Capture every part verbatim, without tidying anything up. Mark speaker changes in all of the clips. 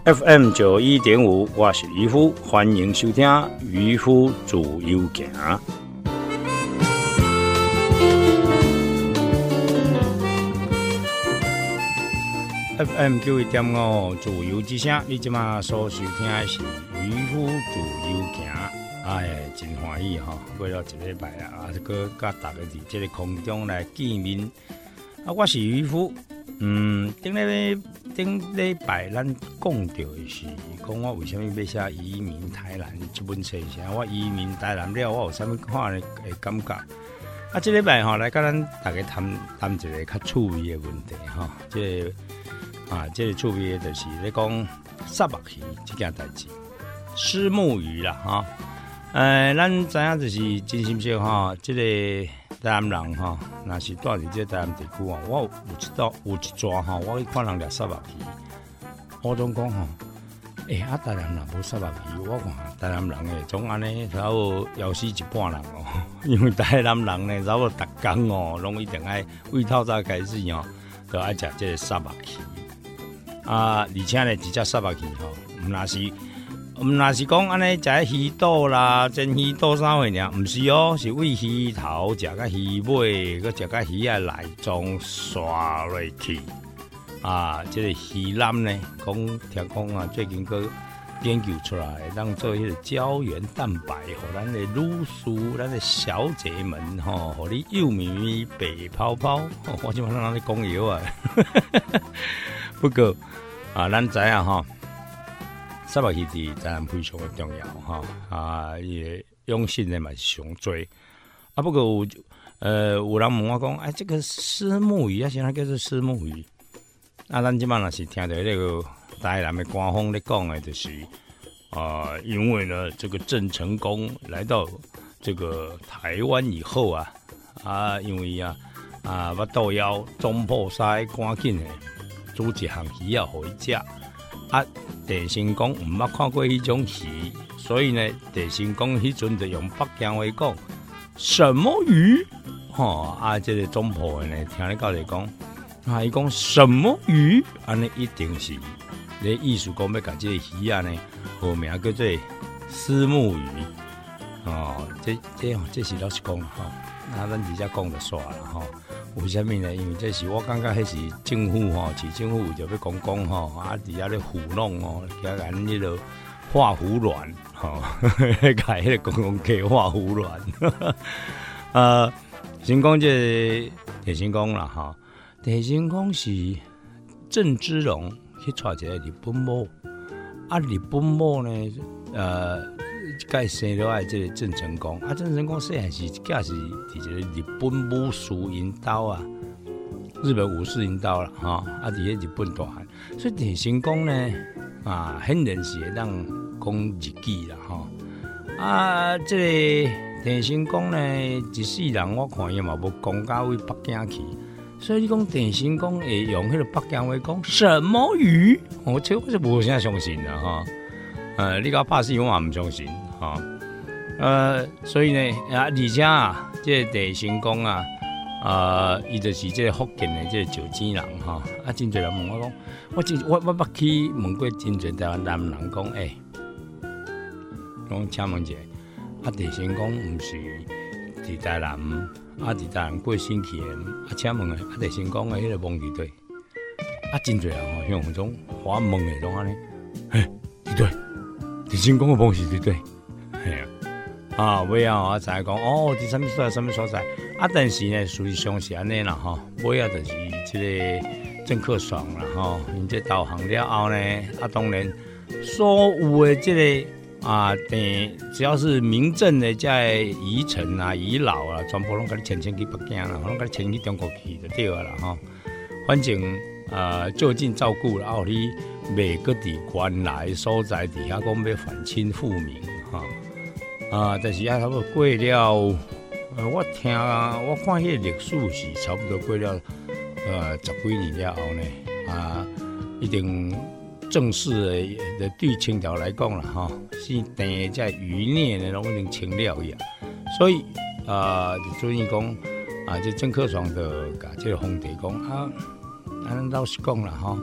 Speaker 1: F M 九一点五，我是渔夫，欢迎收听渔夫自由行。F M 九一点五，自由之声，你即马所收听的是渔夫自由行。哎，真欢喜哈！过了一礼拜啊，啊，搁甲大家伫这个空中来见面。啊，我是渔夫。嗯，顶礼顶礼拜咱讲到的是讲我为什么要写移民台南这本书？是我移民台南了，我有啥物看的感觉？啊，这礼拜吼来甲咱大家谈谈一个较趣味的问题哈。这个、啊，这个趣味的就是咧讲沙目鱼这件代志，虱目鱼啦哈。呃，咱知影就是真心说哈，这个台南人哈，若是住伫这台南地区啊，我有一道有一抓哈，我去看人掠沙目鱼，我总讲吼，诶、欸，啊台南人无沙目鱼，我看台南人诶总安尼差不多枵死一半人哦，因为台南人呢，差不多逐工哦，拢一定爱为透早开始哦，都爱食这个沙目鱼啊，而且呢，一只沙目鱼吼，毋若是。毋若是讲安尼食鱼肚啦、煎鱼肚啥货尔，毋是哦，是为鱼头食甲鱼尾，搁食甲鱼啊内脏刷落去啊！这个鱼腩呢，讲听讲啊，最近搁研究出来，当做迄个胶原蛋白，互咱的女士、咱的小姐们吼，互你幼咪咪、白泡泡，哦、我就马上在讲药啊！不过啊，咱知影吼。沙目鱼伫台南非常的重要哈啊，也用心的嘛是上多啊。不过有呃有人问我讲，哎，这个虱目鱼啊，现在叫做虱目鱼啊。咱即摆若是听到那个台南的官方咧讲的，就是啊、呃，因为呢，这个郑成功来到这个台湾以后啊啊，因为啊啊，我到要中破西，赶紧的煮一项鱼啊，互伊食。啊，地心公毋捌看过迄种鱼，所以呢，地心公迄阵就用北京话讲什么鱼？吼、哦、啊，这个总铺的呢，听你教练讲，啊，伊讲什么鱼？安尼一定是你意思讲要甲这个鱼啊呢，号名叫做虱目鱼。哦，这这这是老实讲吼，那咱直接讲就煞啦吼。为什么呢？因为这是我感觉，迄是政府吼，市政府就要讲讲吼，啊，底下咧糊弄哦，甲咱迄个画胡乱吼，甲迄个公共给画胡乱。呃，先讲这地心公啦哈，地心公是郑芝龙去娶一个日本某，啊，日本某呢，呃。该生了爱这个郑成功啊，郑成功细汉时假是伫一个日本武士引导啊，日本武士引导啦哈，啊伫个日本大汉，所以地心公呢啊，很然是会当讲日记啦哈，啊，这个地心公呢，一世人我看伊嘛无讲到为北京去，所以你讲地心公会用迄个北京话讲什么鱼，我这我是无啥相信啦哈。呃，你讲拍死我也唔相信哈、哦，呃，所以呢，啊，而且啊，这个地心公啊，啊、呃，伊就是这个福建的这个石井人哈，啊，真侪人问我讲，我真我我捌去问过真侪台湾南人讲，诶、欸，讲请问一下，啊，地心公唔是伫台南，啊，伫台南过新去的，啊，请问啊，地心公的迄个墓伫对，啊，真侪人吼像迄种花问的种安尼，嘿，伫对。地心公的墓是对对，系啊，啊，尾啊，我才讲哦，伫什么所在，什么所在啊？但是呢，事实上是安尼啦吼，尾啊，就是这个郑克爽啦吼，因这导航了后呢，啊，当然所有的这个啊，等只要是民政的在遗城啊、遗老啊，全部拢甲你迁迁去北京啦，拢甲你迁去中国去就对了啦吼，反正。呃，就近照顾了，后你每个伫原来所在底下讲要反清复明哈啊，但是啊，差不多过了，呃，我听我看迄个历史是差不多过了呃十几年了后呢啊，一定正式的的对清朝来讲啦哈，是等在余孽呢拢已经清了呀，所以啊，就注意讲啊，这郑克爽的甲这个皇帝讲啊。啊，老实讲啦吼，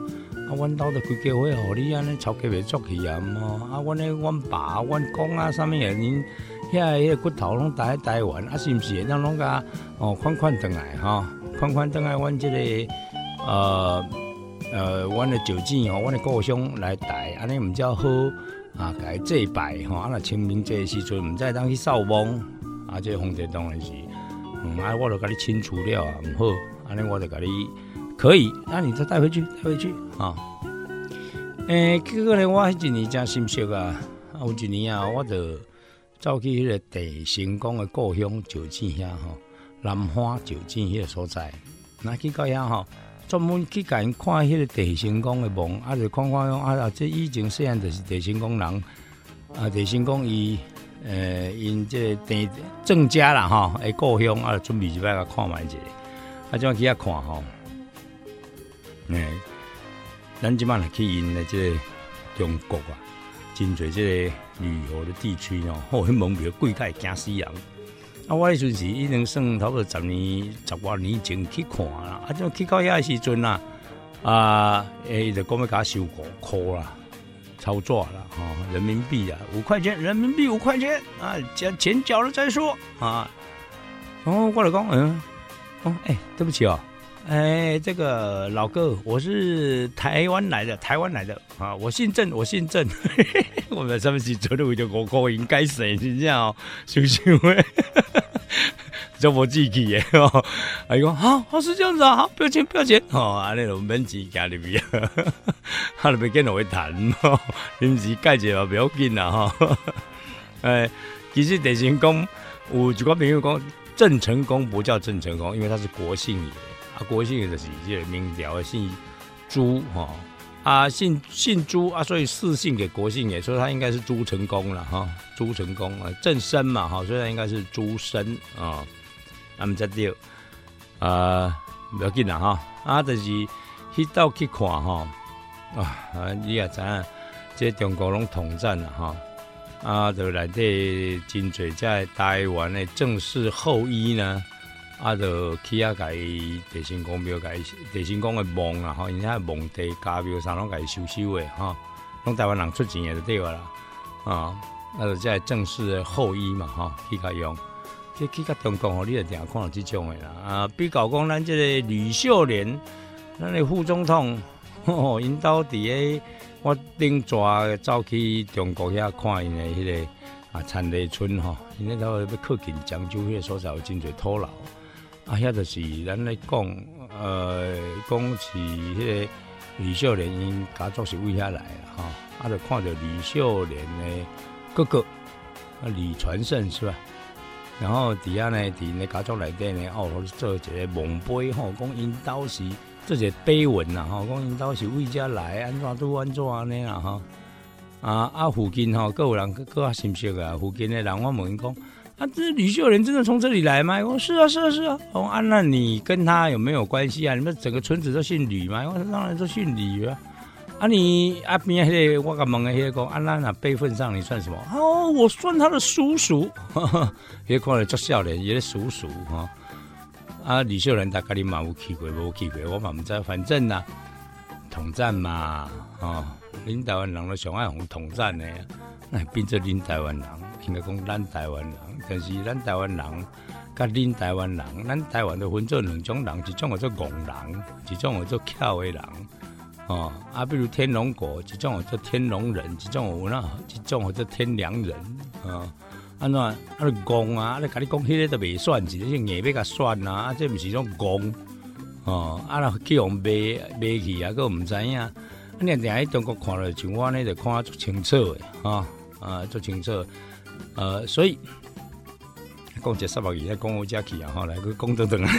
Speaker 1: 啊，阮兜的规家伙，互你安尼操家袂足去啊，吼！啊，阮诶，阮爸、阮公啊，啥物诶，恁遐迄个骨头拢待喺台湾，啊，是毋是？咱拢甲哦，款款转来吼，款款转来，阮即、这个呃呃，阮诶酒店吼，阮诶故乡来台，安尼毋则好啊，甲伊祭拜吼，啊，若清明节时阵，毋知当去扫墓，啊，这皇帝当然是，嗯，啊，我著甲你清除了啊，毋好，安尼我著甲你。可以，那你再带回去，带回去啊！诶、欸，结果呢，我迄一年真心惜啊！有一年啊，我就走去迄个地成宫的故乡石井遐吼，南花石井迄个所在，那去到遐吼，专门去甲因看迄个地成宫的墓，啊，就看看讲啊，这以前细汉就是地成宫人，啊，地成宫伊诶，因这地郑家啦吼，诶，故乡啊，准备一摆甲看卖一下，啊，怎去遐看吼？诶、欸，咱即摆来去因的这个中国啊，真侪这个旅游的地区哦，吼，迄门票贵甲会惊死人。啊，我迄阵是已经算差不多十年、十外年前去看啦。啊，就去到遐的时阵啦，啊，诶，就讲要甲我收五块啦，操作啦，哈、哦，人民币啊，五块钱，人民币五块钱啊，钱钱缴了再说啊。然后我就讲，嗯，哦，哎、欸，对不起哦。哎，这个老哥，我是台湾来的，台湾来的啊，我姓郑，我姓郑。我们上面是做的为了我个应该谁，是这样哦，想想诶，就我自己耶哦。哎讲好，好是这样子啊，好，不要钱，不要钱哦，安尼就免钱加入去啊，他就别跟我会谈哦，临时解决嘛不要紧啦哈。哎，其实地成宫有一个朋友讲，郑成功不叫郑成功，因为他是国姓爷。啊，国姓就是这个明朝的姓朱哈、哦，啊姓姓朱啊，所以四姓给国姓爷，所以他应该是朱成功了哈，朱成功啊，郑生嘛哈，所以他应该是朱生啊，那么这对啊，不要紧啦哈，啊就是去到去看哈，啊你也知影，这中国拢统战了哈，啊就内底真侪在台湾的正式后裔呢。啊，就去遐甲伊地成宫庙，甲伊地成宫的墓啦，吼，因遐墓地家庙上拢甲伊收收的，吼，拢台湾人出钱的就对啦，啊，那就即正式的后裔嘛，吼，去甲用，即去甲中国吼，你就定看到即种的啦，啊，比较讲咱即个吕秀莲，咱的副总统，吼，因兜伫个我顶抓走去中国遐看因的迄、那个啊田地村吼，因迄头要靠近漳州迄个所在有真侪土楼。啊，遐就是咱咧讲，呃，讲是迄个吕秀莲因家族是为遐来的哈，啊，就看到吕秀莲的哥哥啊吕传胜是吧？然后底下呢，伫咧家族内底呢，哦，做一个墓碑吼，讲因兜是做一个碑文呐，吼，讲因兜是为遮来，安怎都安怎安尼啦，哈，啊啊，附近吼，各有人各较熟悉啊，附近的人我问因讲。啊，这吕秀莲真的从这里来吗？我说是啊，是啊，是啊。哦啊，那你跟他有没有关系啊？你们整个村子都姓吕吗？我说当然都姓吕啊。啊，你啊边迄个我甲问的迄个讲，啊，那那辈分上你算什么？哦，我算他的叔叔。迄看来足少年，伊个叔叔哈。啊，吕秀莲大概你嘛有去过，无去过，我嘛唔知。反正呐、啊，统战嘛，哦，恁台湾人都上爱互统战的，那变做恁台湾人。应该讲咱台湾人，但是咱台湾人甲恁台湾人，咱台湾就分做两种人，一种叫做戆人，一种叫做巧的人。哦，啊，比如天龙国，一种叫做天龙人，一种有那，一种叫做天良人。啊，安怎啊？啊，戆啊！啊，甲你讲迄个都袂算，是你硬要甲算啊！啊，这毋是种戆。哦，啊，若去用卖卖去啊，佫毋知影。啊，你定喺中国看了，像我呢，就看足清楚的，啊啊，足清楚。呃，所以讲这三百亿，讲我家去啊，哈，来个讲等等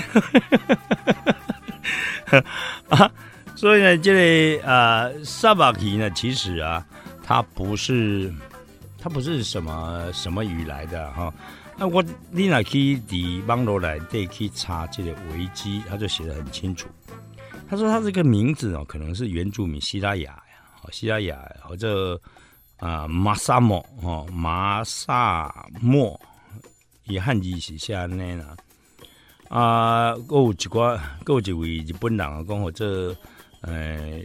Speaker 1: 啊，所以呢，这个呃三百亿呢，其实啊，它不是，它不是什么什么语来的哈。那、啊、我你若去伫网络内底去查这个维基，他就写得很清楚。他说他这个名字哦，可能是原住民西拉雅呀，西拉雅或者。啊，马萨莫哦，马萨莫，伊汉字是写安尼啦。啊，还有一寡，还有一位日本人啊，讲或者呃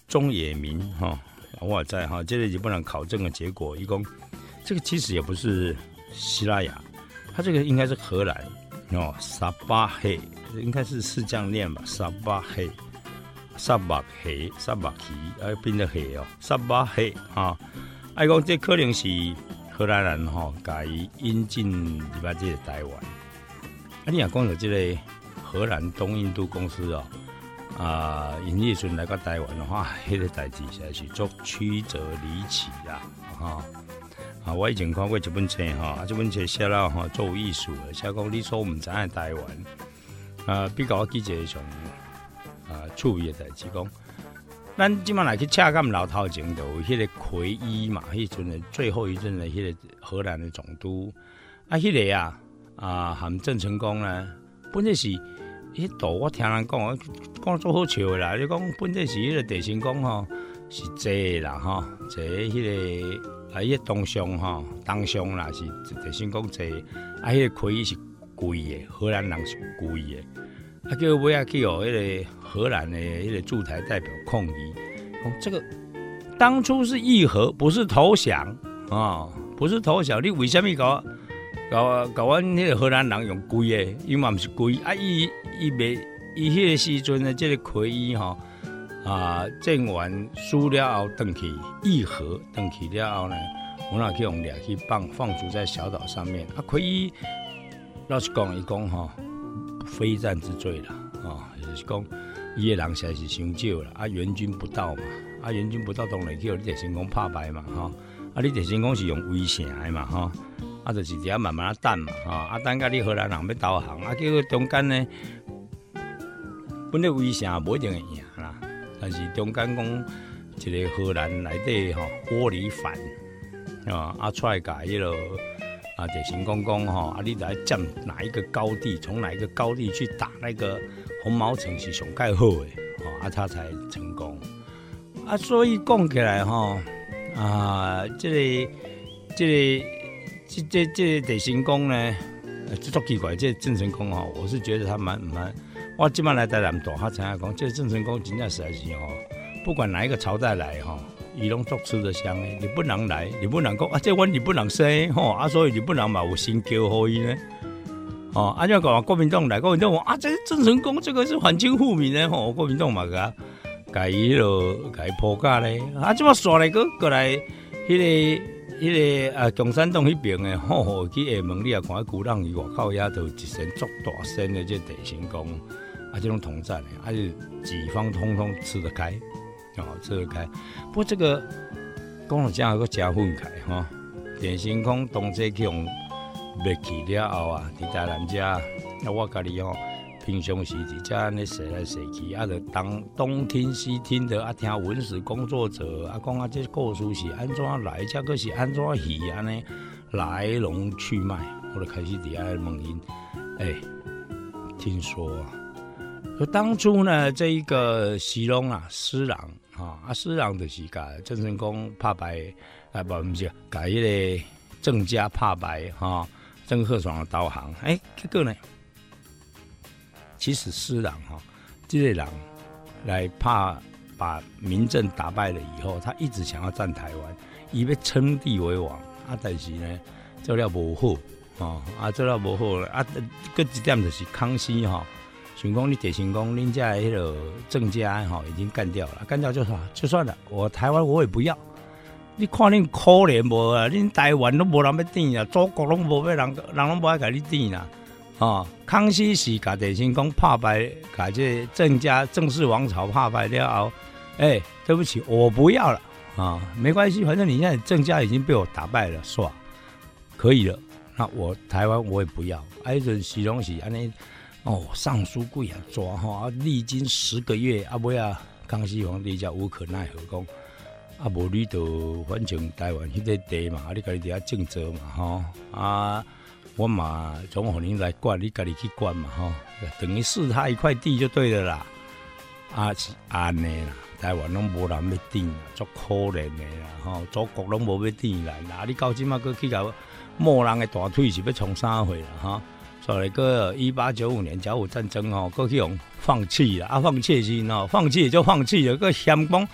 Speaker 1: 中野民哈，我在哈，这个日本人考证的结果，一共这个其实也不是西拉雅，它这个应该是荷兰哦，沙巴黑应该是是这样念吧，沙巴黑。沙巴黑，沙巴奇，啊，变得黑哦，沙巴黑啊！哎，讲这可能是荷兰人吼，甲伊引进入来这个台湾。啊，你若讲到这个荷兰东印度公司哦，啊，因迄阵来到台湾的话，迄、那个代志实在是足曲折离奇啦，哈、啊！我以前看过一本册哈，啊，这本册写了哈，做有艺术的，写讲你所唔知影台湾，啊，比较我记一个上。啊，趣味的代志讲，咱即摆来去洽干老头前，就有迄个奎伊嘛，迄阵的最后一阵的迄个荷兰的总督，啊，迄、那个啊啊含郑成功呢，本来是迄度我听人讲，讲做好笑的啦，你讲本来是迄个地心讲吼是坐的啦吼，坐迄个啊迄、那个东上吼，东上啦是地心讲坐，啊迄、那个奎伊是贵的，荷兰人是贵的。啊，叫尾啊去哦，迄个荷兰的迄个驻台代表抗议，讲这个当初是议和，不是投降啊、哦，不是投降。你为什么搞搞搞阮迄个荷兰人用贵的？伊嘛毋是贵啊，伊伊袂伊迄个时阵的这个奎伊吼啊，战完输了后，回去议和，回去了后呢，我若去用掠去放放逐在小岛上面。啊，奎伊老实讲，伊讲吼。非战之罪啦，啊、哦，就是讲，伊个人实在是伤少啦，啊，援军不到嘛，啊，援军不到当然去，你地成功拍败嘛，哈、哦，啊，你地成功是用围城的嘛，哈、哦，啊，就是伫遐慢慢啊等嘛，哈、哦，啊，等甲你荷兰人要投降，啊，结果中间呢，本来围城无一定会赢啦，但是中间讲一个荷兰内底吼窝里反，啊，啊，出来甲迄落。啊，地形公公哈，啊，你来占哪一个高地？从哪一个高地去打那个红毛城是上盖好的，哦，啊，他才成功。啊，所以讲起来哈，啊，这个、这个、这、这、这个地形公呢，这足奇怪。这郑成功哈，我是觉得他蛮蛮，我今晚来台南大，他才讲，这郑成功真正实在是哈，不管哪一个朝代来哈。伊拢足吃得香诶，日本人来，日本人讲啊，这阮日本人生吼啊，所以日本人嘛有新交互伊呢，哦，啊，就讲国民党来，国民党讲啊，这郑成功这个是反清复明的吼，国民党嘛甲甲伊落甲伊破假咧，啊，即马刷来个过来，迄、那个迄、那个啊，共产党迄边诶，吼吼去厦门，你也看古人伊外口遐头一身足大身的这地形公，啊，这种统战诶，啊，就几方通通吃得开。哦，吃得开。不过这个讲到这样有个加愤慨哈，电信讲当初去用灭去了后啊，伫台南遮，啊我家己吼，平常时伫遮安尼踅来踅去，啊，就东东听西听的啊，听文史工作者啊，讲啊，这故事是安怎来，这个是安怎去安尼来龙去脉，我就开始伫遐问因，哎、欸，听说啊。当初呢，这一个西龙啊，施琅啊，啊施琅就是甲郑成功拍败，啊不不是，甲迄个郑家拍败哈，郑克爽的投降，哎、欸，结果呢，其实施琅哈，这个人来怕把民政打败了以后，他一直想要占台湾，伊要称帝为王，啊，但是呢，做了无好，啊，啊做了无好，啊，搁一点就是康熙哈。想讲你地形讲恁家迄个郑家哈已经干掉了，干掉就算就算了，我台湾我也不要。你看恁可怜无啊？恁台湾都无人要顶啊，祖国拢无要人，人拢无爱甲你顶啦。哦，康熙是甲地形讲拍败，甲这郑家郑氏王朝拍败了后，哎、欸，对不起，我不要了啊，没关系，反正你现在郑家已经被我打败了，算可以了。那我台湾我也不要，啊，迄阵时拢是安尼。哦，上书贵啊抓吼，啊历经十个月，啊尾啊，康熙皇帝才无可奈何讲，啊无你就反正台湾迄个地嘛，啊你家己伫遐种植嘛吼，啊我嘛总互恁来管，你家己去管嘛吼，等于试他一块地就对了啦，啊是安尼啦，台湾拢无人要顶啦，足可怜的啦吼，祖国拢无要顶啦，啊你到即马佫去甲摸人的大腿是要创啥货啦哈？所以个一八九五年甲午战争吼，过去用放弃了啊，放弃是喏，放弃就放弃了。个嫌讲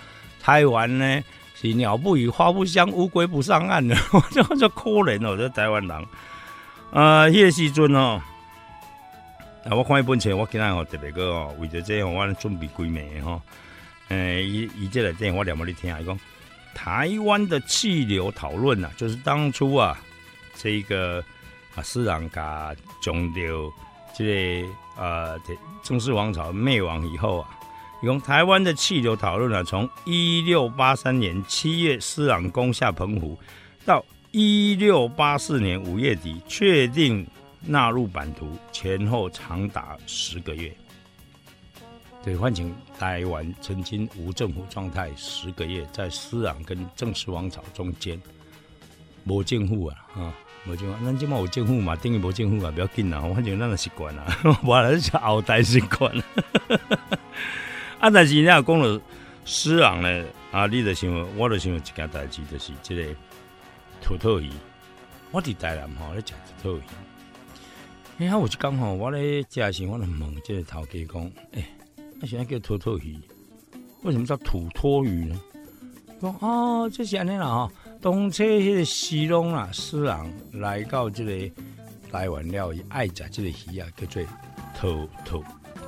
Speaker 1: 台湾呢是鸟不语，花不香，乌龟不上岸的，我就就可怜哦，这台湾人。呃，迄个时阵哦，啊，我看一本册，我今日哦特别个哦，为着这我准备几暝吼。诶，伊伊这个电话念给你听，伊讲台湾的气流讨论啊，就是当初啊，这个啊，施琅甲讲到这个呃，郑氏王朝灭亡以后啊，伊讲台湾的气流讨论啊，从一六八三年七月施琅攻下澎湖，到一六八四年五月底确定纳入版图，前后长达十个月。对，换成台湾曾经无政府状态十个月，在施琅跟郑氏王朝中间，无政府啊，啊，无政府，咱即马有政府嘛，等于无政府啊，不要紧啦，反正咱就习惯啦，无啦，是后代习惯啦。啊，但是你若讲到施琅呢，啊，你就想，我就想一件代志，就是这个土兔鱼。我伫台南吼咧食土兔鱼，哎，啊，有一天吼，我咧食时，我就问这个头家讲，诶、欸。那、啊、现在叫土托鱼，为什么叫土托鱼呢？说哦，这是安尼啦哈。当初迄个西隆啊，施琅来到这个台湾了，伊爱食这个鱼啊，叫做土土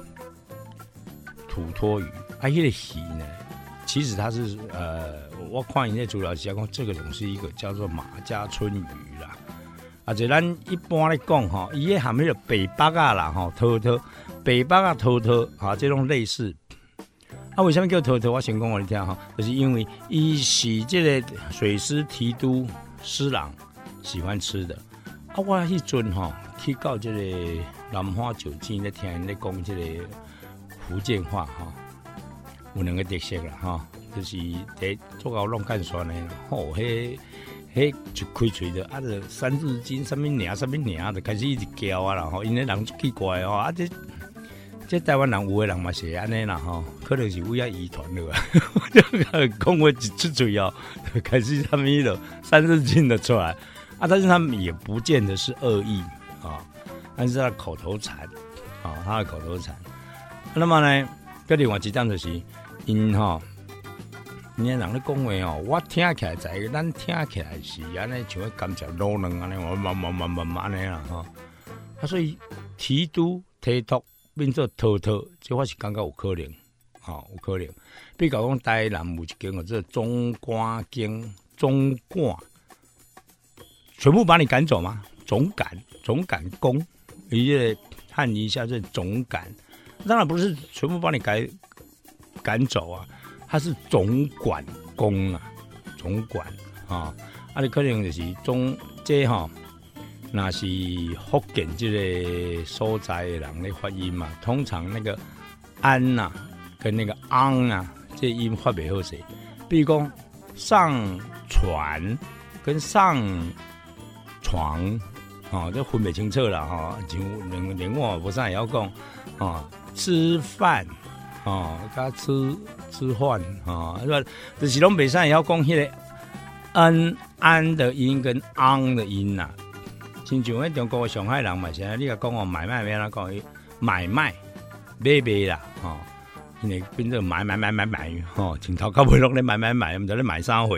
Speaker 1: 土托鱼。啊，迄、那个鱼呢，其实它是呃，我看伊那资料是讲，这个种是一个叫做马家春鱼啦。啊，就咱一般来讲吼，伊迄含迄个北北啊啦吼，土土。北北啊，头头啊，这种类似啊，为什么叫头头？我先讲我你听哈，就是因为伊是这个水师提督施琅喜欢吃的啊。我迄阵吼去到这个南华酒店咧听因咧讲这个福建话哈，有两个特色啦哈，就是第做到弄干酸的，吼迄迄就开嘴的啊，就三字经什么名什么名，就开始一直叫啊啦吼，因为人奇怪哦啊这。这台湾人有的人嘛是安尼啦吼，可能是为了遗传了啊，讲话一出嘴哦，开始他们迄个三字经的出来啊，但是他们也不见得是恶意啊，但是他的口头禅啊，他的口头禅。那么呢，个另外一点就是，因吼，因人咧讲话哦，我听起来在，咱听起来是安尼，像甘蔗卤卵安尼，我慢慢慢慢慢安尼啦吼。啊，所以提督提督。变做偷偷，这我是感觉有可能，吼、哦、有可能。比如讲台南有一间哦，这总管经总管，全部把你赶走吗？总赶总赶工，伊个汉译一下这总赶，当然不是全部把你赶赶走啊，它是总管工啊，总管啊，啊你可能就是总这哈。哦那是福建这个所在的人的发音嘛，通常那个安呐、啊、跟那个昂啊，这音发不好势。比如讲上船跟上床，哦，这分不清楚啦哈。就连连我不是也要讲哦，吃饭哦，加吃吃饭哦，是吧？就是拢袂使也要讲迄个安安的音跟昂的音呐、啊。亲像迄中国上海人嘛，现在你甲讲哦，买卖要安怎讲？买卖买卖啦，吼、哦，因为变做买买买买买，吼、哦，从头到尾拢咧买买买，毋知咧买啥货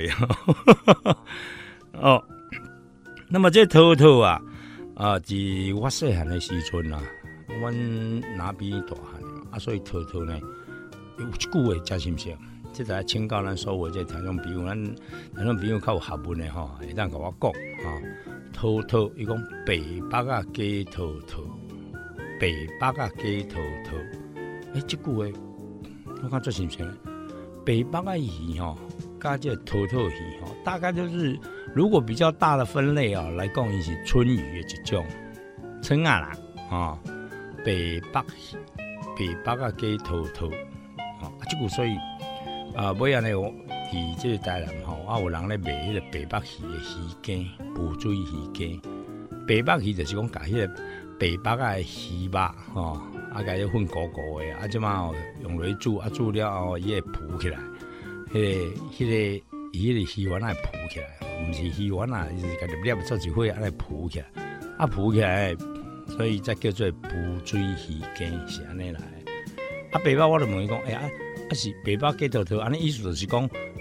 Speaker 1: 哦。那么这套套啊，啊，自我细汉的时阵啊，阮哪比大汉啊，所以套套呢，有一句话真心实。这在请教咱所有这听众朋友，咱听众朋友较有学问的吼，会当甲我讲吼。套套，伊讲北北啊鸡套套，北北啊鸡套套。哎、欸，这句话我看做是不是？北北啊鱼吼，加这套套鱼吼，大概就是如果比较大的分类啊来讲，伊是春鱼的一种，春啊啦，哦，北北北北啊鸡套套，哦，啊，这句所以啊，尾安尼我。伫即个台南吼，啊有人咧卖迄个白北鱼的鱼羹，浮水鱼羹。白北鱼就是讲，甲迄个白北啊鱼肉吼，啊甲伊粉糊糊的，啊即马吼用落去煮，啊煮了后伊会浮起来，迄、那个迄、那个伊迄个鱼丸会浮起来，毋是鱼丸啊，就是甲粒粒做一伙安尼浮起来，啊浮起来，所以才叫做浮水鱼羹是安尼来。啊白北我就问伊讲，哎、欸、啊。啊是白北鸡套套，安尼意思就是讲，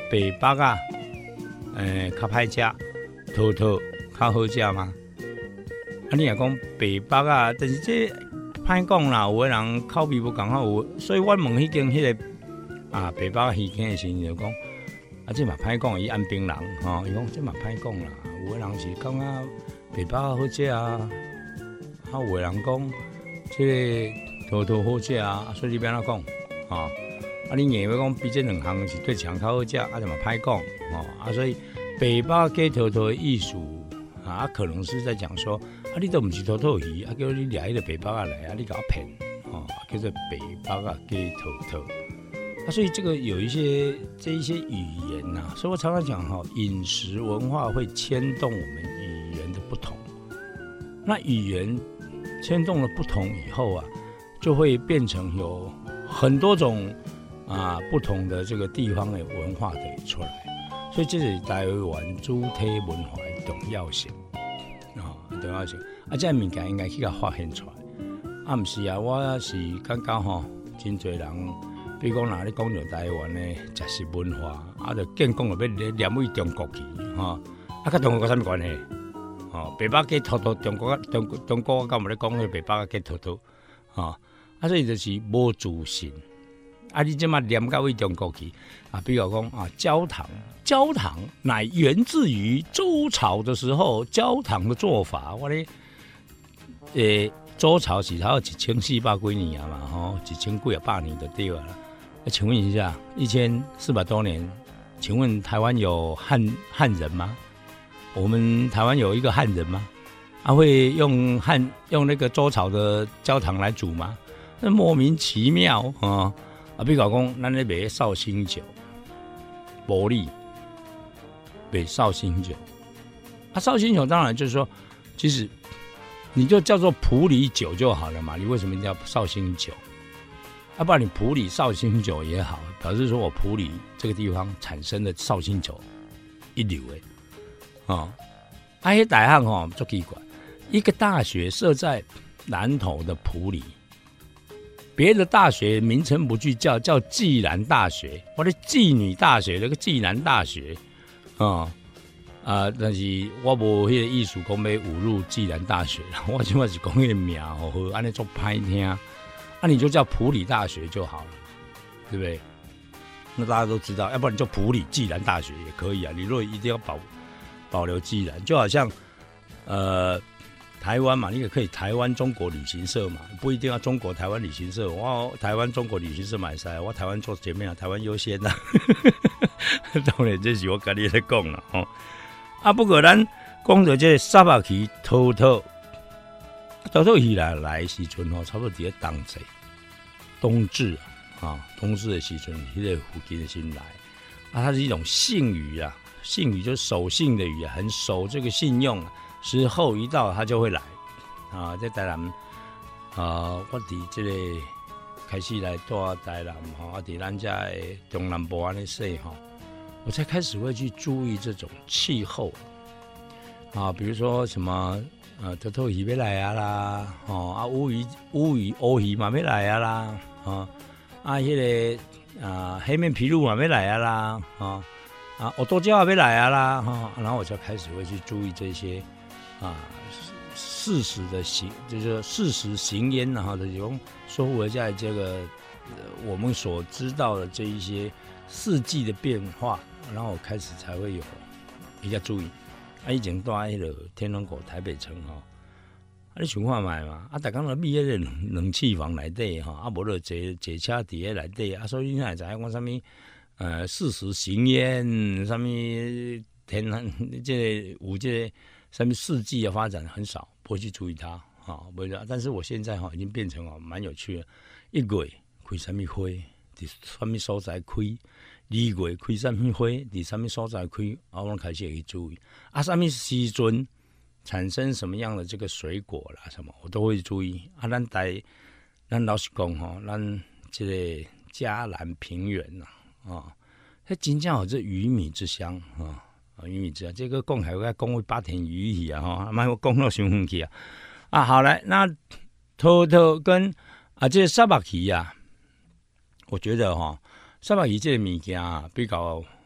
Speaker 1: 北北啊，诶、呃，较歹食，桃桃较好食吗？啊，你若讲北北啊，但是这歹讲啦，有个人口味不刚好，有，所以我问迄间迄个啊北北鱼羹的时候就讲，啊，这嘛歹讲，伊安平人吼，伊讲这嘛歹讲啦，有个人是讲啊北北好食啊，啊有个人讲这桃桃好食啊，所以你要安怎讲吼？啊，你硬要讲比这两项是对强较好食，啊，就嘛歹讲吼，啊，所以北北加桃桃的意思。啊，可能是在讲说，啊，你都不是桃桃鱼，啊，叫你掠迄个北北啊来啊，你给我骗，哦，叫做北北啊加桃桃，啊，所以这个有一些这一些语言呐、啊，所以我常常讲哈，饮食文化会牵动我们语言的不同，那语言牵动了不同以后啊，就会变成有很多种啊不同的这个地方的文化可以出来，所以这是台湾主体文化的重要性。啊，重要性啊，这物件应该去甲发现出来。啊，毋是啊，我是感觉吼，真侪人，比如讲，若你讲到台湾的食食文化，啊，就见讲就要念为中国去，吼，啊，甲中国有啥物关系？吼，北北加桃桃，中国中国中国敢有咧讲迄北北加桃桃，吼，啊，所以就是无自信。啊，你即马念到为中国去啊，比如讲啊，焦糖，焦糖乃源自于周朝的时候，焦糖的做法，我咧，诶、欸，周朝是它有一千四百几年啊嘛，吼，一千几啊百年就对了。啊，请问一下，一千四百多年，请问台湾有汉汉人吗？我们台湾有一个汉人吗？啊，会用汉用那个周朝的焦糖来煮吗？那莫名其妙啊！啊，比如讲，咱咧卖绍兴酒，薄利卖绍兴酒。啊，绍兴酒当然就是说，其实你就叫做普洱酒就好了嘛。你为什么一定要绍兴酒？啊，不然你普洱绍兴酒也好，表示说我普洱这个地方产生的绍兴酒一流诶。啊，啊，迄大汉吼足奇怪，一个大学设在南投的普洱。别的大学名称不去叫，叫暨南大学，或者妓女大学，那个暨南大学，啊、哦、啊！但是我无迄个意思讲要侮辱暨南大学，我起码是讲迄个名好好，安尼做歹听，啊你就叫普洱大学就好了，对不对？那大家都知道，要不然你就普洱暨南大学也可以啊。你如果一定要保保留暨南，就好像呃。台湾嘛，你也可以台湾中国旅行社嘛，不一定要中国台湾旅行社。我台湾中国旅行社买晒，我台湾做前面啊，台湾优先啊。当然这是我跟你在讲啦，吼。啊，不过咱讲到这沙巴鱼、桃桃，桃桃鱼来来的时阵吼，差不多伫咧冬季、冬至啊，冬至的时阵，迄个附近的先来。啊，它是一种信鱼啊，信鱼就是守信的鱼啊，很守这个信用啊。时候一到，他就会来啊！在台南啊，我伫这个开始来住台南哈，啊，伫咱家的中南部安尼说哈，我才开始会去注意这种气候啊，比如说什么呃，桃桃鱼要来啊啦，哦啊，乌鱼乌鱼乌鱼嘛要来啊啦，啊啊，迄、那个啊黑面琵鹭嘛要来啊啦，啊啊，我多椒也要来啊啦，哈、啊，然后我就开始会去注意这些。啊，事实的行，就是事实行焉然后的用说我在这个、呃、我们所知道的这一些四季的变化，然后我开始才会有比较注意。啊，以前住喺迄个天龙国台北城吼，啊，你想看卖嘛？啊，逐工都秘迄个冷气房内底吼，啊，无就坐坐车伫迄内底啊，所以你会知影讲啥物呃事实行焉，啥物天然这个有这个。什么四季的发展很少，不会去注意它啊，不会。但是我现在哈已经变成哦蛮有趣的，一月开什么花，伫什么所在开；二月开什么花，伫什么所在开，啊，我开始会去注意啊，什么时阵产生什么样的这个水果啦，什么我都会注意啊。咱台，咱老实讲哈，咱这个嘉南平原呐啊，它真正有这鱼米之乡啊。鱼米之乡，这个讲还要讲为八田鱼去啊，哈，卖我讲到伤远去啊。啊，好来，那桃桃跟啊这个沙巴鱼啊，我觉得哈，沙巴鱼这个物件啊比较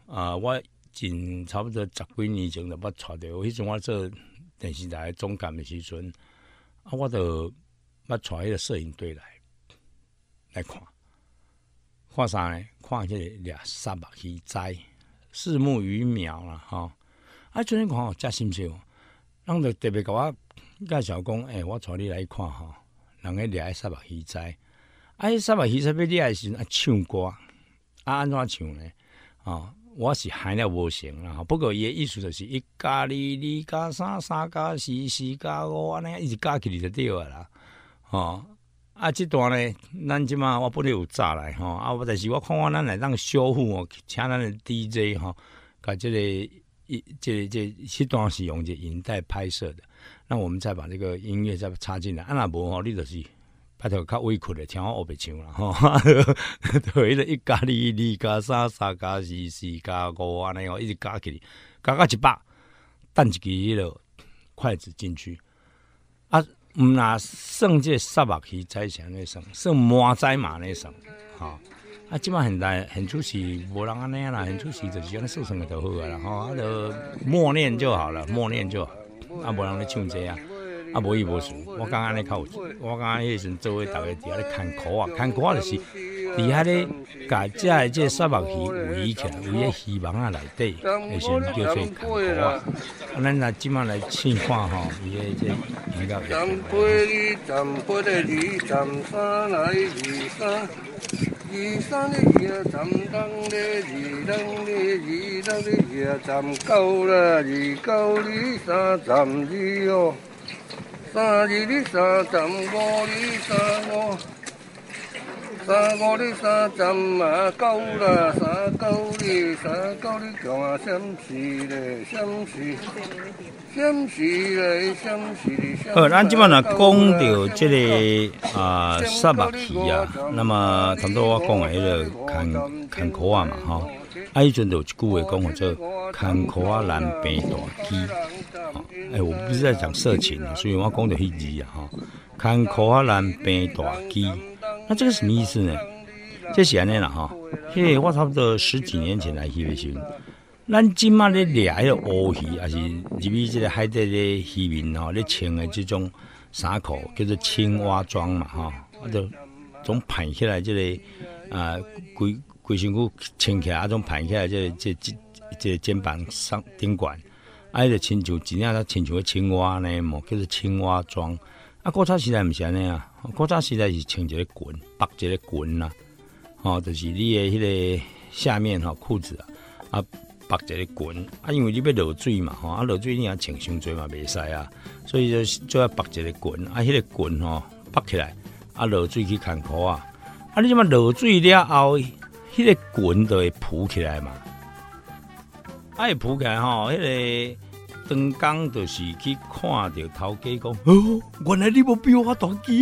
Speaker 1: 啊，我近差不多十几年前就捌带着，迄阵我做电视台总监的时阵，啊，我就捌带迄个摄影队来来看，看啥呢？看迄个掠沙目鱼仔，四目鱼苗啦，吼。啊，阵你看吼，真新鲜哦，人就特别甲我介绍讲，诶、欸，我带你来看吼，人个掠迄沙目鱼仔，啊，迄沙目鱼仔要掠的时阵啊，唱歌，啊，安怎唱呢？哦，我是喊了无成啦，不过伊的意思就是一加二，二加三，三加四，四加五，安尼一直加起来就对啊啦，吼。啊，这段呢，咱即马我本来有早来吼，啊，但是我看看咱来当修复哦，请咱的 D J 吼，甲这个一这个这这段是用这影带拍摄的，那我们再把这个音乐再插进来，啊，若无吼，你就是拜托较委屈的，听我学白唱啦吼，就迄个一加二，二加三，三加四，四加五安尼哦，一直加起来，加到一百，等一支迄个筷子进去，啊。毋若算这沙目鱼仔是安尼算，算麻仔嘛安尼算，吼、哦。啊，即摆现在现出是无人安尼啦，现出是就是安尼算算就好啊啦，吼、啊，就默念就好了，默念就好，啊，无人咧唱这啊，啊，无伊无事，我感觉安尼较有，我感觉迄时阵做伙逐个伫遐咧看苦啊，看苦啊就是伫遐咧甲遮个这沙目鱼围起来，围喺鱼网仔内底，迄时阵叫做看苦啊。啊，咱来即摆来试看吼，伊个这音乐。站八二，站八个二，站三来二三，二三的二站东的二东的二东的二站九啦，二九的三站二哦，三二的三站五的三五。三五的三站啊九啦，三九的三九的强啊闪时嘞，闪时，闪时嘞，闪时嘞。好，咱即摆若讲到这个啊沙目鱼啊，那么差不多我讲的迄个看看苦啊嘛吼，啊迄阵就有一句话讲叫做看苦啊难平大鸡。哎、欸，我不是在讲色情，所以我讲到迄字啊吼，看苦啊难平大鸡。那这个什么意思呢？这是安尼啦哈，迄个我差不多十几年前来翕的时候，咱即马咧掠迄个乌鱼，还是入去这个海底咧渔民吼咧穿的这种衫裤，叫做青蛙装嘛哈，啊就总盘起来这个啊规规身躯穿起来，啊种盘起来这个、这这这个肩膀上顶管，啊迄个亲像真正咱亲像个青蛙呢，么叫做青蛙装。啊，古早时代毋是安尼啊，古早时代是穿一个裙，绑一个裙啦，吼、哦，就是你的迄个下面吼裤子啊，啊绑一个裙，啊，因为你要落水嘛，吼，啊落水你也穿伤济嘛袂使啊，所以就就要绑一个裙，啊，迄、那个裙吼绑起来，啊落水去看苦啊，啊你即马落水了后，迄、那个裙就会浮起来嘛，啊会浮起来吼，迄、那个。当工就是去看到头家讲，哦，原来你无比我大机，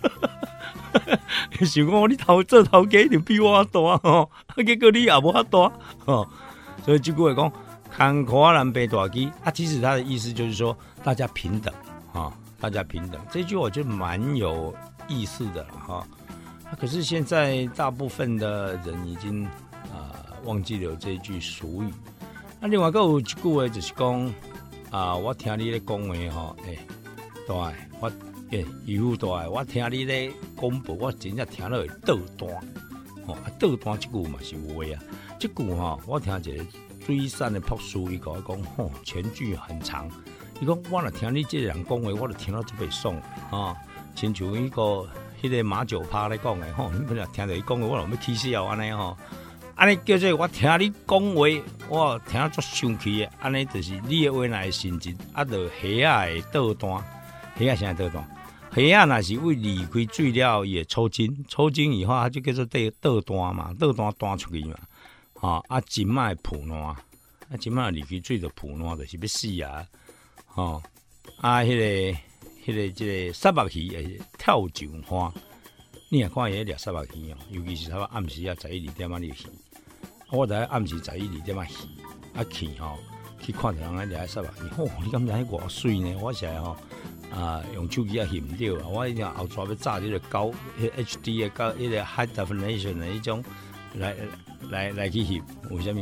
Speaker 1: 想讲你头做头家一定比我大吼，结果你也无遐大吼，所以这句话讲，看苦啊难平大机啊，其实他的意思就是说大家平等哈，大家平等，这句我觉得蛮有意思的哈。可是现在大部分的人已经啊、呃、忘记了这句俗语。那另外还有一句话就是讲。啊！我听你咧讲话吼，诶、欸，大个我诶，渔夫大个，我听你咧广播，我真正听了会倒弹，吼、哦，啊倒弹即句嘛是有诶啊，即句吼，我听一个水产的博士伊甲我讲，吼、哦，全句很长，伊讲我若听你即个人讲话，我就听了就袂爽啊，亲像迄个迄个马九趴咧讲诶，吼、哦，你本来听着伊讲话，我就要起笑安尼吼。安尼叫做我听你讲话，我听了足生气的。安尼就是你的话若会成真，啊，就虾仔会倒弹，虾仔啥倒弹？虾仔若是为离开水了，伊会抽筋，抽筋以后它就叫做倒倒弹嘛，倒弹弹出去嘛。吼、哦，啊，筋嘛会破烂，啊，筋嘛离开水就破烂，就是要死啊。吼、哦，啊，迄、那个、迄、那个、即个沙目鱼会跳上花。你若看伊咧掠沙目鱼哦，尤其是差不多暗时啊十一二点仔咧鱼。我伫暗时十一二点仔鱼，啊去吼，去看到人咧掠沙目鱼，吼、哦，你感觉迄偌水呢？我是吼啊，用手机也翕毋到啊！我一定后抓要炸迄个高 H D 的高迄个 high definition 的迄种来来来去翕，为虾米？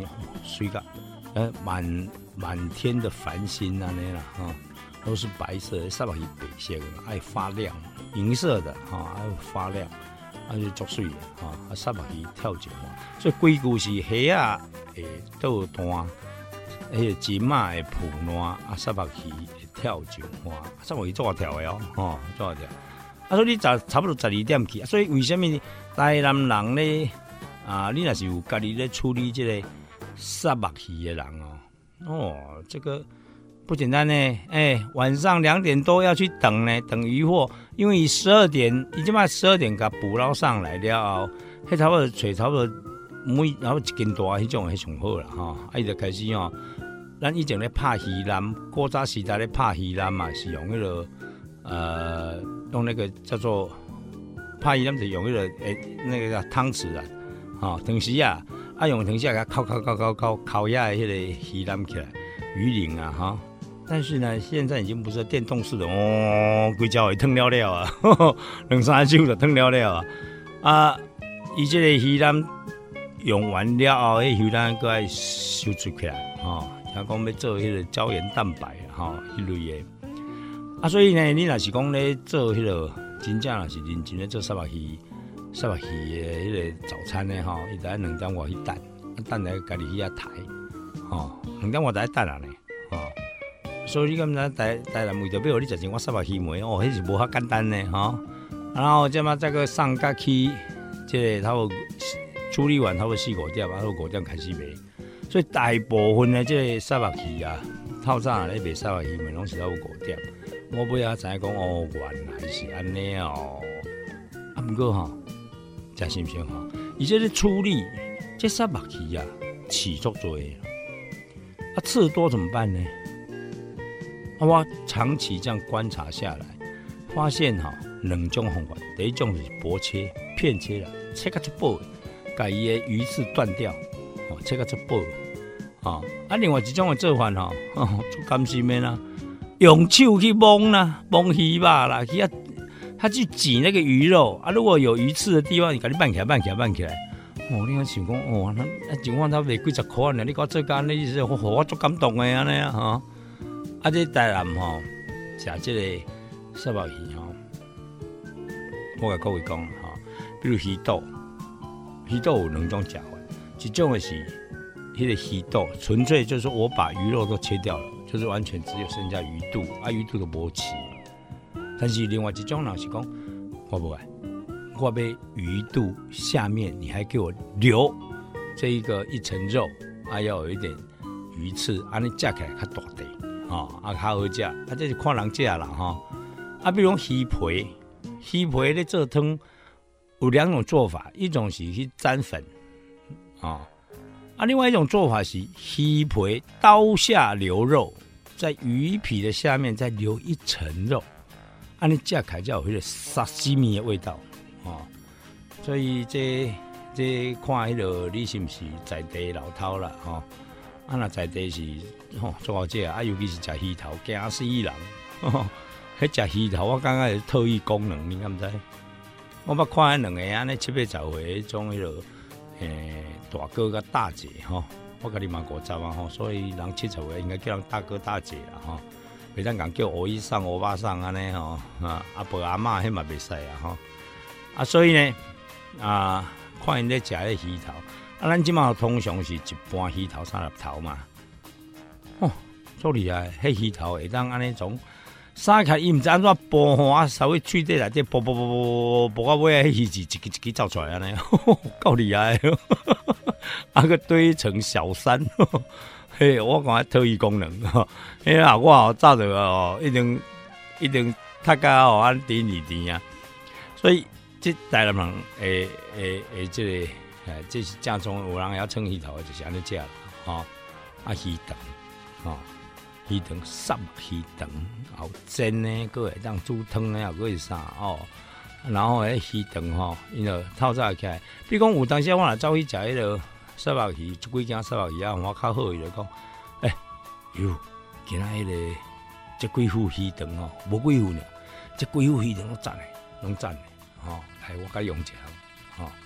Speaker 1: 水个，呃，满满天的繁星啊那啦哈，都是白色的，沙巴鱼白色的，爱发亮，银色的哈，爱发亮，啊就足水的哈，啊沙巴鱼跳井花，所以规句是虾啊会倒弹，迄个金马会扑烂，啊沙巴鱼会跳井花，沙巴鱼做跳的哦，吼做跳。啊，所以你十差不多十二点去，所以为什么台南人咧啊？你若是有家己咧处理这个杀目鱼的人哦，哦，这个不简单呢。哎、欸，晚上两点多要去等呢，等渔获，因为十二点，已经把十二点给捕捞上来了后，迄差不多找差不多每然后一斤大迄种迄上好啦吼，啊伊就开始吼，咱以前咧拍鱼篮，古早时代咧拍鱼篮嘛，是用迄、那个呃。用那个叫做拍鱼篮，就用那个诶、欸、那个叫汤匙啊，哈、哦，汤匙啊，啊用汤匙给它烤烤烤烤烤烤压迄个鱼篮起来，鱼鳞啊哈。但是呢，现在已经不是电动式的哦，规只会烫了了啊，呵呵两三手就烫了了啊。啊，伊这个鱼篮用完了后，迄鱼篮搁爱收出起来，哈、哦，听讲要做迄个胶原蛋白哈，迄、哦、类的。啊，所以呢，你若是讲咧做迄、那个，真正若是认真咧做沙巴鱼、沙巴鱼的迄个早餐咧吼，伊在两点外去等，啊等来家己去遐抬，吼，两点外在等啊呢，吼。所以你敢知台台南为着要互你食一碗沙巴鱼糜，哦，迄是无遐简单呢，吼。然後即嘛再个上架去，即个差不多處理完差不多四五點，啊，到五點開始賣。所以大部分的即個沙巴魚啊，透早咧賣沙巴魚糜，攏是到五點。我尾仔知影講哦，原來是安尼哦。啊，不過吼，真新鮮吼，而且咧處理這沙巴魚啊，刺足多的，啊刺多怎麼辦呢？啊，我長期這樣觀察下來，發現哈、哦，兩種方法，第一種是薄切、片切啦，切個一薄，把伊的魚刺斷掉，哦，切個一薄，啊，啊，另外一種的做法哈，哦，做甘心的啦。用手去摸啦，摸鱼吧啦，去啊，他去挤那个鱼肉啊。如果有鱼刺的地方，你赶紧拌起来，拌起来，拌起来。哦，你看想讲，哦，那那一碗才卖几十块呢？你讲这间你是，我我足感动的安尼啊，哈。啊，这台南吼，食这个沙巴鱼吼，我甲各位讲哈，比如鱼肚，鱼肚有两种食法，一种的是迄个鱼肚，纯粹就是我把鱼肉都切掉了。就是完全只有剩下鱼肚，啊鱼肚都无刺。但是另外一种人是讲，我不爱，我要鱼肚下面你还给我留这一个一层肉，啊要有一点鱼刺，安尼食起来较大地，哦啊较好食，啊这是看人食啦哈。啊比如鱼皮，鱼皮咧做汤有两种做法，一种是去沾粉，啊、哦。啊，另外一种做法是鱼皮刀下留肉，在鱼皮的下面再留一层肉，啊，你吃起来才有迄个沙西米的味道哦。所以这这看迄个你是不是在地老饕啦吼？啊，那在地是吼做好食啊，尤其是食鱼头惊死人。迄食鱼头我感觉是特异功能，你敢知？我捌看迄两个安尼七八十岁迄种迄个诶。大哥跟大姐哈，我跟你蛮五十啊哈，所以人七十岁应该叫人大哥大姐啦哈，袂当讲叫欧姨上欧巴上安尼吼啊，阿伯阿嬷迄嘛袂使啊哈，啊所以呢啊，看因咧食迄鱼头，啊咱即马通常是一般鱼头三十头嘛，哦，足厉害，迄鱼头会当安尼从三开伊毋知安怎剥花，稍微喙底内底剥剥剥剥剥到尾，迄鱼是一支一支走出来安尼，够厉害。啊个堆成小山，嘿，我讲特异功能，嘿啊，我好早着哦，一定一定大家哦安甜二甜啊，所以这台南人诶诶诶，这个诶，这是正宗有人要称鱼头，就是安尼食啦，吼、哦，啊鱼肠，吼、哦，鱼肠杀鱼肠，后煎呢，佫会当煮汤呢，佫会啥哦。然后迄鱼肠吼，因着透早起来，比如讲有当时我若走去食迄个沙巴鱼，即几件沙巴鱼啊，我较好伊就讲，诶、欸，哟，今仔迄个这几副鱼肠吼，无几副呢，这几副鱼肠拢赞诶，拢赞诶，吼、哦，来我甲用一下，吼、哦，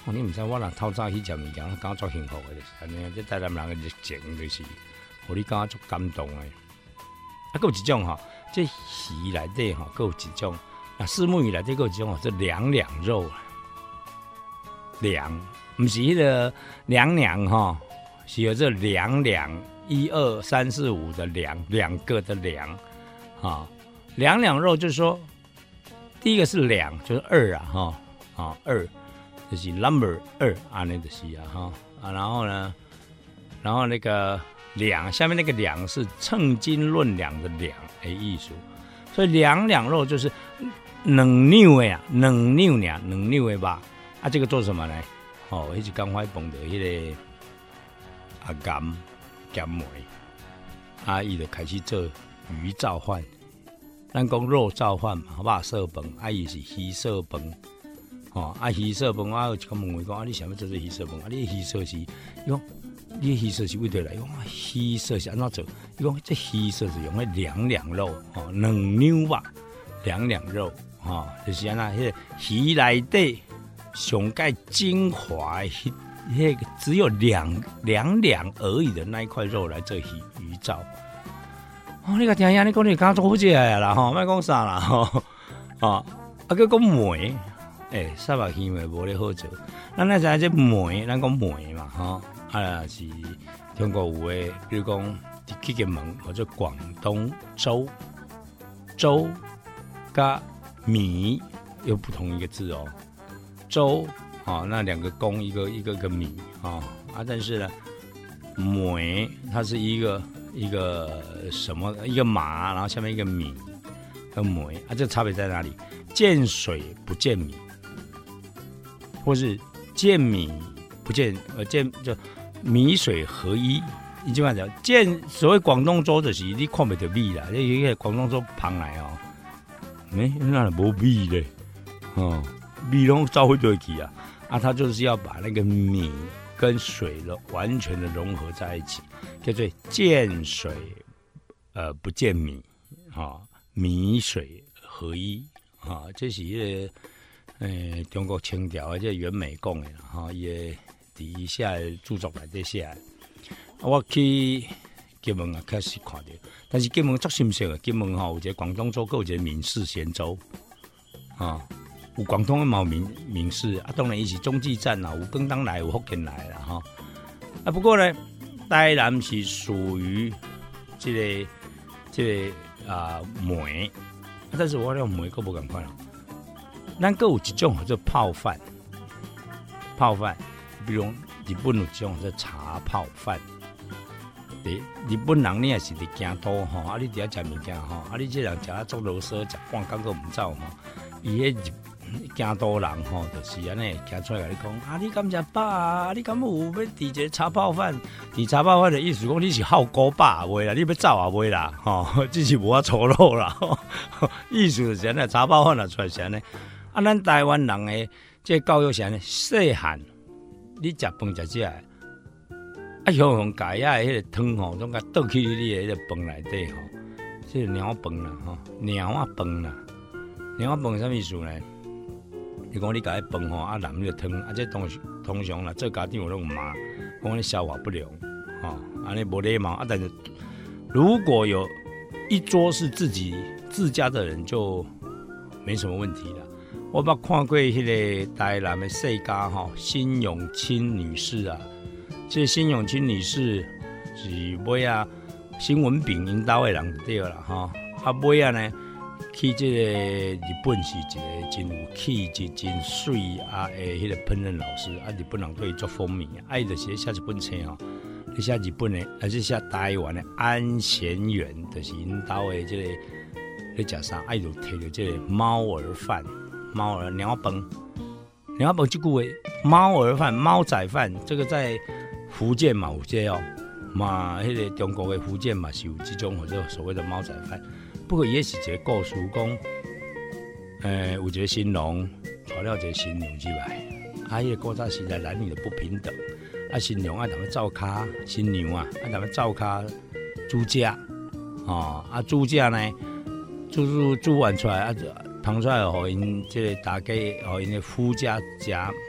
Speaker 1: 哦，你毋知我若透早去食物件，我感觉足幸福的，就是安尼。这台南人的热情，就是，互你感觉足感动的。啊，佫有一种吼，这鱼内底吼，佫有一种，啊，虱目鱼内底佫有一种吼，这两两肉啦，两，毋是迄个两两吼，是有这两两，一二三四五的两，两个的两，啊，两两肉就是说，第一个是两，就是二啊，哈，啊二，就是 number 二，安尼就是啊，哈，啊，然后呢，然后那个。两下面那个两是称斤论两的两的意思，所以两两肉就是两两的啊，两两俩，两两的吧。啊，这个做什么呢？哦，迄是刚怀蹦的迄个阿甘咸梅，啊，伊就开始做鱼造饭。咱讲肉造饭嘛，肉色饭，啊，伊是鱼色饭。哦，啊，鱼色饭，我有一个问伊讲，啊，你想要做做鱼色饭？啊，你鱼色是，伊讲。你的鱼色是为着来，讲鱼色是安怎做？伊讲这鱼色是用迄两两肉，吼，两两吧，两两肉，吼，就是安那，迄个鱼内底上盖精华，迄迄个只有两两两而已的那一块肉来做鱼鱼造。哦，你个听下，你讲你刚做好食的啦，吼，莫讲啥啦，吼，啊，啊，佮讲梅，诶，三白鱼梅无咧好做，咱那知这梅，咱讲梅嘛，吼。啊，是中国有诶，比如讲去个门或者广东粥，粥加米有不同一个字哦，粥啊、哦，那两个公一个一个个米啊、哦、啊，但是呢，梅它是一个一个什么一个马，然后下面一个米跟梅啊，这差别在哪里？见水不见米，或是见米不见呃见就。米水合一，你即摆讲见所谓广东粥就是你看不到米啦，你迄个广东粥旁来哦，没那无米嘞，哦，米拢早会对去啊，啊，它就是要把那个米跟水了完全的融合在一起，叫做见水呃不见米，啊、哦，米水合一，啊、哦，这是迄、那个呃中国清朝的这袁枚讲的哈，伊、哦。底下著作内底写，我去金门啊，开始看到，但是金门足新鲜的，金门吼有一个广东粥，还有一个闽式咸粥，啊，有广东的嘛闽闽式，啊，当然伊是中继站啦，有广东来，有福建来啦，哈，啊，不过呢，台南是属于这个这个啊梅，但是我了梅佫无共款咯，咱佫有一种叫做泡饭，泡饭。比如日本有这种叫茶泡饭，日日本人你也是伫京都吼，啊你伫遐食物件吼，啊你这人食啊做螺丝，食半工个唔走吼，伊迄京都人吼，就是安尼行出来甲你讲，啊你敢食饱啊？你敢有要伫一个茶泡饭？伫茶泡饭的意思讲你是好古饱袂啦，你要走啊袂啦，吼，只是无啊粗鲁啦，意思就是安尼，茶泡饭啊出来是安尼，啊咱台湾人的这教育是安尼，细汉。你食饭食食，啊，向向家遐迄个汤吼，总甲倒去你的迄个饭内底吼，即个鸟饭啦吼，鸟啊饭啦，鸟啊饭啥意思呢？你讲你家迄饭吼啊淋迄个汤，啊，这通通常啦，做家长有那种骂，讲你消化不良，吼，安尼无礼貌啊。但是如果有一桌是自己自家的人，就没什么问题了。我捌看过迄个台南的世家吼，辛永清女士啊，这个辛永清女士是尾啊新闻饼因兜的人就对啦吼，啊尾啊呢去这个日本是一个真有气质、真水啊的迄个烹饪老师啊，日本人对伊足风靡啊，啊伊就是写一本册吼，你写日本的，还是写台湾的安贤园，就是因兜的这个咧食啥，啊伊就摕着这个猫儿饭。猫儿鸟饭，鸟饭这句话，猫儿饭、猫仔饭，这个在福建嘛有这哦，嘛，迄个中国的福建嘛是有这种或者所谓的猫仔饭。不过也是一个故事，讲，呃，有一个新郎娶了一个新娘入来，啊，迄个古早时代男女的不平等，啊，新娘啊，踮咧灶骹，新娘啊，啊，踮咧灶骹煮食，哦，啊，煮食呢，煮煮煮完出来啊。捧出来，互因即个大家，互因的夫家食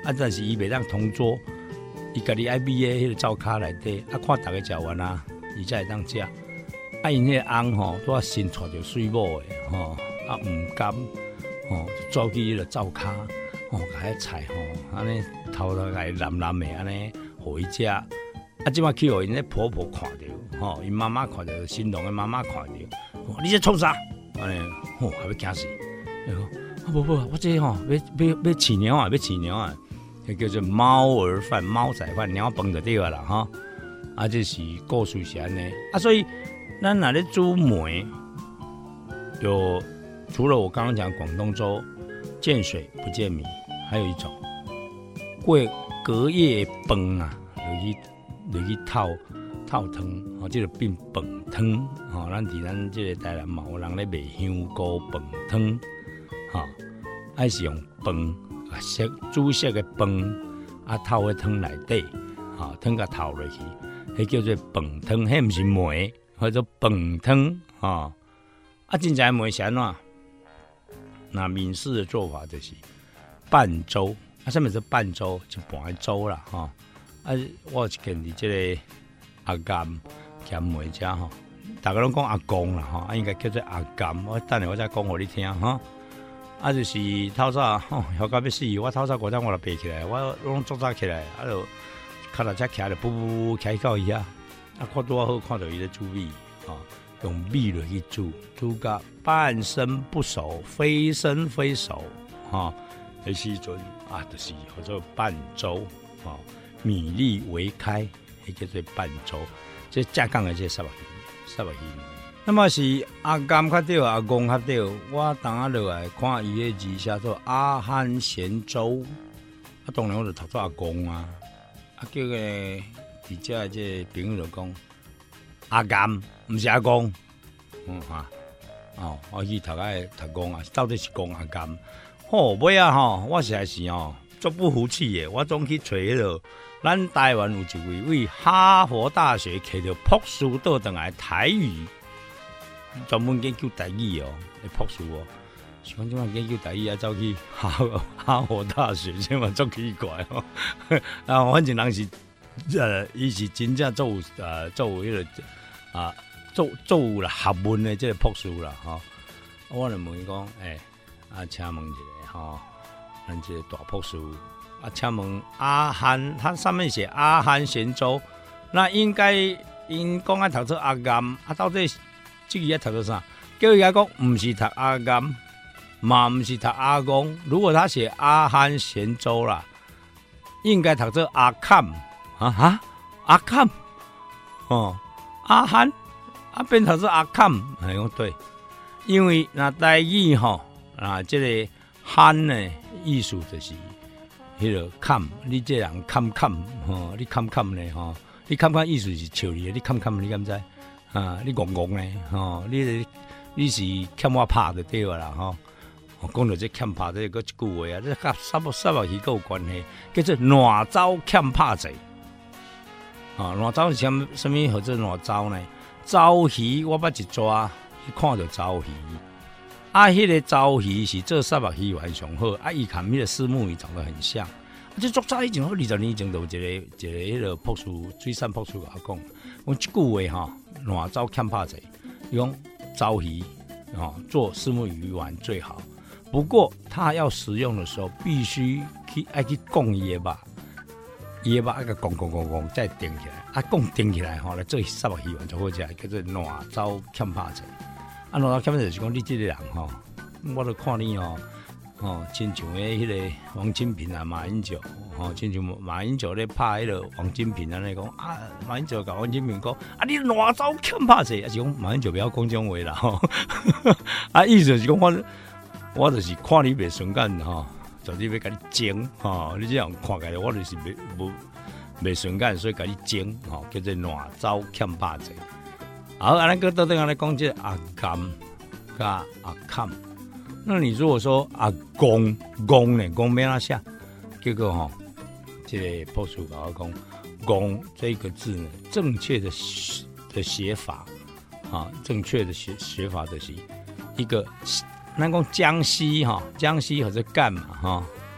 Speaker 1: 啊，但是伊袂当同桌，伊家己爱米的迄个灶骹内底，啊，看大家食完啊，伊才会当食。啊，因迄个翁吼，拄啊先带着水母的吼，啊毋甘吼，走去迄个灶骹吼，甲迄菜吼，安尼头头来蓝蓝的安尼，互伊食。啊，即摆去互因咧婆婆看着，吼，因妈妈看着，新郎的妈妈看着，哦，你在创啥？安尼，吼，还要惊死。啊不不，我这吼要要要饲鸟啊，要饲鸟啊，迄叫做猫儿饭、猫仔饭、鸟饭就对了啦哈。啊，这是故事是安尼啊，所以咱若咧煮糜，有除了我刚刚讲广东粥见水不见米，还有一种过隔夜饭啊，落去落去透透汤，哦，这个变饭汤，哦，咱伫咱这个台南嘛，有人咧卖香菇饭汤。哈、哦，爱是用饭啊，熟煮熟的饭啊，透喺汤内底，哈、哦，汤甲透落去，迄叫做饭汤，迄毋是糜，叫做饭汤，哈、哦。啊，真正糜是安怎？那闽式的做法就是拌粥，啊，什么是拌粥？就拌粥啦，哈、哦。啊，我有一件伫即个阿甘兼糜遮吼，大家拢讲阿公啦，哈，啊，应该叫做阿甘，我等下我再讲互你听，哈。啊，就是透早吼，晓到要死，我透早五点我就爬起来，我拢早早起来，啊就脚踏车徛着，噗噗徛到伊啊，啊看拄好看到伊咧煮米，吼、哦，用米落去煮，煮到半生不熟，非生非熟，吼、哦，迄时阵啊，就是叫做拌粥，吼、哦，米粒为开，迄叫做拌粥，这正讲的这三百鱼，三百鱼。那么是阿甘较对，阿公较对。我当下落来看伊个字写做阿憨咸粥，啊，当然我就读做阿公啊。啊，叫个伫遮即朋友就讲阿甘，毋是阿公，嗯哈，哦，我去读个读公啊，到底是公阿甘。吼，尾啊吼，我实在是吼足不服气的，我总去找迄个咱台湾有一位为哈佛大学摕到博士倒转来台语。专门研究台语哦，会博士哦。想讲即摆研究台语啊，走去哈哈佛大学，即嘛足奇怪哦。啊，反正人是呃，伊是真正做呃做迄、那个啊做做啦学问的即个博士啦吼、哦。我就问伊讲，诶、欸，啊，请问一下吼，咱即个大博士啊，请问阿憨，他上面写阿憨咸粥，那应该因讲啊读做阿甘啊，到底？这个也读做啥？叫伊来讲，唔是读阿甘，嘛唔是读阿公。如果他写阿憨咸粥啦，应该读做阿坎啊哈，阿坎哦，阿憨啊变读做阿坎，系讲对，因为那台语吼啊，这个憨呢意思就是迄个坎，你这人坎坎吼，你坎坎呢吼，你坎坎意思是笑你，你坎坎你敢知？啊，你戆戆咧，吼、哦，你你是欠我拍就对啦，吼、哦。讲到这欠拍这个一句话啊，这甲三三目鱼有关系，叫做烂糟欠拍者。啊，烂糟是什么？什么叫做烂糟呢？糟鱼我捌一抓，去看到糟鱼。啊，迄、那个糟鱼是做三目鱼丸上好，啊，伊含迄个虱目鱼长得很像。这足早以前，好二十年前就有一个一个迄个博士水产博士甲我讲，讲即句话吼。烂糟欠拍者，用糟鱼哦做虱目鱼丸最好。不过它要食用的时候，必须去爱去供伊的肉，伊的肉爱个供供供供再顶起来，啊供顶起来吼来做虱目鱼丸就好食，叫做烂糟欠拍者。啊，烂糟欠拍者就是讲你这个人吼，我都看你哦。哦，亲像诶，迄个王金平啊，马英九，哦，亲像马英九咧拍迄个王金平安尼讲啊，马英九甲王金平讲啊，你烂糟欠拍者，啊是讲马英九不要讲这种话啦，吼、哦，啊意思是讲我我就是看你袂顺眼吼，就是要甲你争吼、哦，你这样看起来我就是袂无袂顺眼，所以甲你争吼、哦，叫做烂糟欠拍者。好，啊，咱搁倒转来讲这阿甘甲阿坎。那你如果说阿公公呢，公要哪写？结果哈，这个博士跟我讲，公这个字呢，正确的的写法啊，正确的写写法就是一个，咱讲江西哈，江西或者赣嘛哈，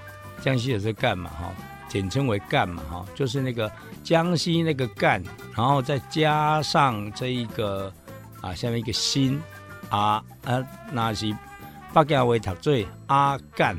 Speaker 1: 江西的这赣嘛哈，简称为赣嘛哈，就是那个江西那个赣，然后再加上这一个啊下面一个新啊啊那是北京话读做阿干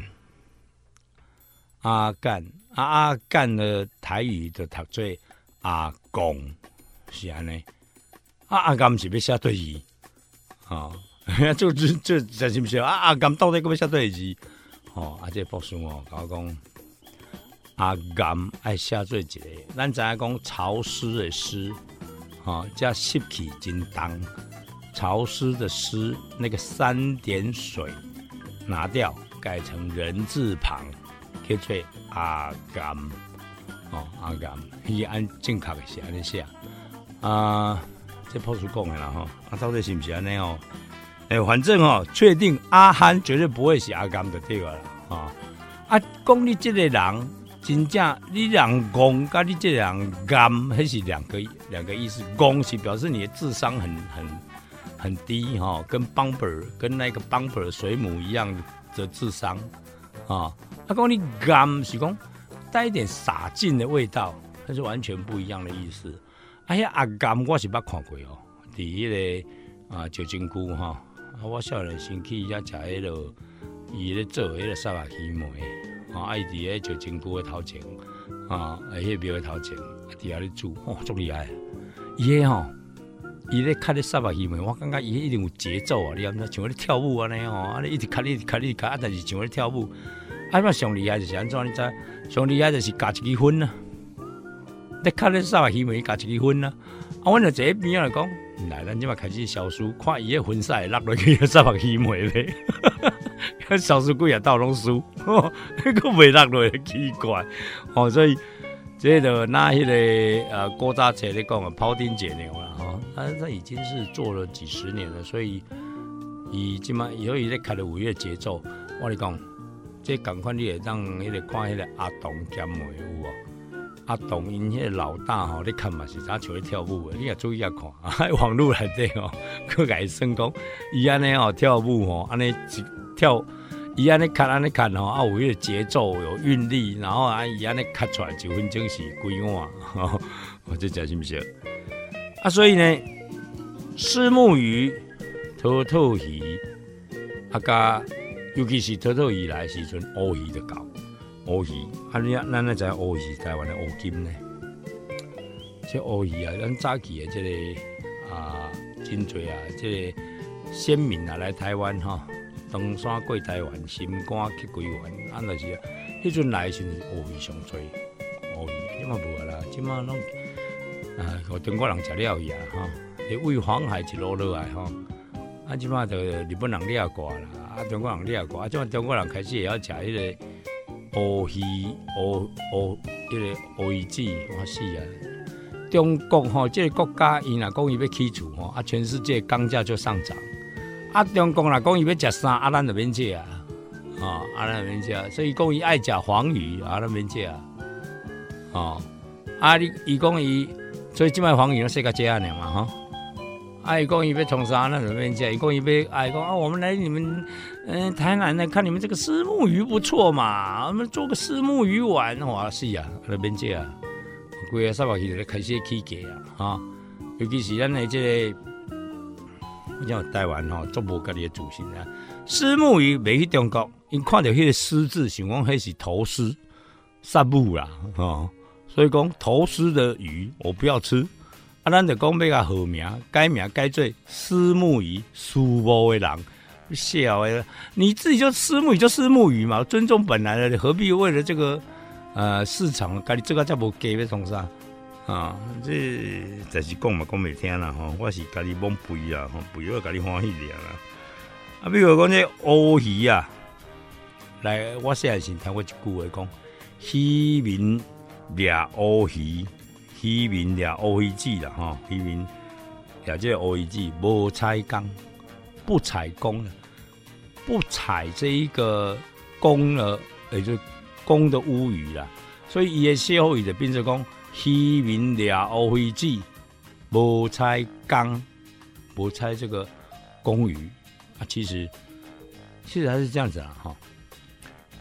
Speaker 1: 阿干啊阿干的台语就读做阿公，是安尼。啊阿干是要写对字啊，这这这这是不是啊？阿干到底要写对字？哦，啊这博士哦，甲我讲阿干爱写做一个，咱知影讲潮湿的湿，哦，加湿气真重，潮湿的湿那个三点水拿掉，改成人字旁，叫做阿干。哦，阿干，伊按正确的是安尼写啊。这破叔讲的啦哈，啊到底是不是安尼哦？哎、欸，反正哦，确定阿憨绝对不会是阿甘的对了啦，啊啊，讲你这个人真正你人公，跟你这个人甘，那是两个两个意思。公是表示你的智商很很很低哈、哦，跟 bumper 跟那个 bumper 水母一样的智商啊。他讲你甘是讲带一点洒劲的味道，那是完全不一样的意思。哎呀，阿甘我是捌看过哦，伫迄个啊石金菇哈，啊我少年时去遐食迄落，伊咧做迄个沙拉鱼糜，啊伊伫迄石金菇的头前，啊迄庙的头前，伫遐咧煮，哦足厉害！伊迄吼，伊咧卡咧沙拉鱼糜，我感觉伊一定有节奏啊，你知唔知？像咧跳舞安尼吼，啊你一直卡一直卡一直卡，啊但是像咧跳舞，啊嘛上厉害就是安怎？你知？上厉害就是加一支粉啊！你看咧沙拉鱼糜加一支粉啊！啊，阮就坐喺边仔来讲，来，咱即马开始消输，看伊个粉丝会落落去沙拉鱼糜咧，消输几啊道拢输，哦，迄个袂落落去，奇怪哦，所以这个拿迄个呃古早册咧讲啊，庖丁解牛啦，哈，他他已经是做了几十年了，所以伊即马以后伊咧开了五月节奏，我咧讲，这共款你会当迄个看迄个阿童减糜有哦。阿童因迄个老大吼，你看嘛是咋像咧跳舞的，你也注意下看，喺网络内底吼，佮伊算讲，伊安尼吼跳舞吼，安尼跳，伊安尼看安尼看吼，啊有迄个节奏有韵律，然后啊伊安尼看出来一分钟是几碗，吼，我这真是不是？啊，所以呢，虱目鱼、土土鱼，啊加，尤其是土土鱼来时阵，乌鱼就搞。乌鱼，啊你咱咱知乌鱼是台湾的乌金呢？这乌鱼啊，咱早期的这个啊，真侪啊，这个先民啊来台湾哈，登山过台湾，心肝去归元，啊就是，迄阵来时乌鱼上多，乌鱼即嘛无啊啦，即嘛拢啊，互中国人食了去啊哈，你为黄海一路落来哈，啊即嘛就日本人掠过啦，啊中国人掠过，啊即嘛中国人开始也要食迄个。乌鱼、乌乌，迄个乌鱼子，我死啊！中国吼，这个国家，伊若讲伊要起厝吼，啊，全世界钢价就上涨。啊，中国若讲伊要食啥，啊，咱就免食啊，哦，啊，咱就免食。所以讲伊爱食黄鱼，啊，咱免食啊，哦，啊，你伊讲伊，所以即摆黄鱼都世界这样嘛，哈。啊，伊讲伊要从啥，咱就免食。伊讲伊要，啊，伊讲啊，我们来你们。嗯，台南呢，看你们这个虱目鱼不错嘛，我们做个虱目鱼丸，哇，是啊，那边这啊，规个沙巴鱼就开始起价啊，哈，尤其是咱的这个，我讲台湾吼，做无家己的主心啊，虱目鱼卖去中国，因看到迄个虱字，想讲迄是头虱，虱目啦，哦，所以讲头虱的鱼我不要吃，啊，咱就讲要甲号名改名改做虱目鱼，虱目的人。笑哎，你自己就虱目鱼就虱目鱼嘛，尊重本来的，何必为了这个呃市场，家己这个才无价要创啥啊？这但是讲嘛讲袂听啦吼，我是家己懵肥啦，吼肥我家己欢喜俩啦。啊，比如讲这乌鱼啊，来我细汉时听过一句话讲，渔民掠乌鱼，渔民掠乌鱼子啦吼，渔民掠这乌鱼子无采工。不采公的，不采这一个公呢，也就是公的乌鱼啦。所以伊的歇后语就变成讲，渔民掠乌鱼子，无采公，无采这个公鱼啊。其实，其实还是这样子啊，哈。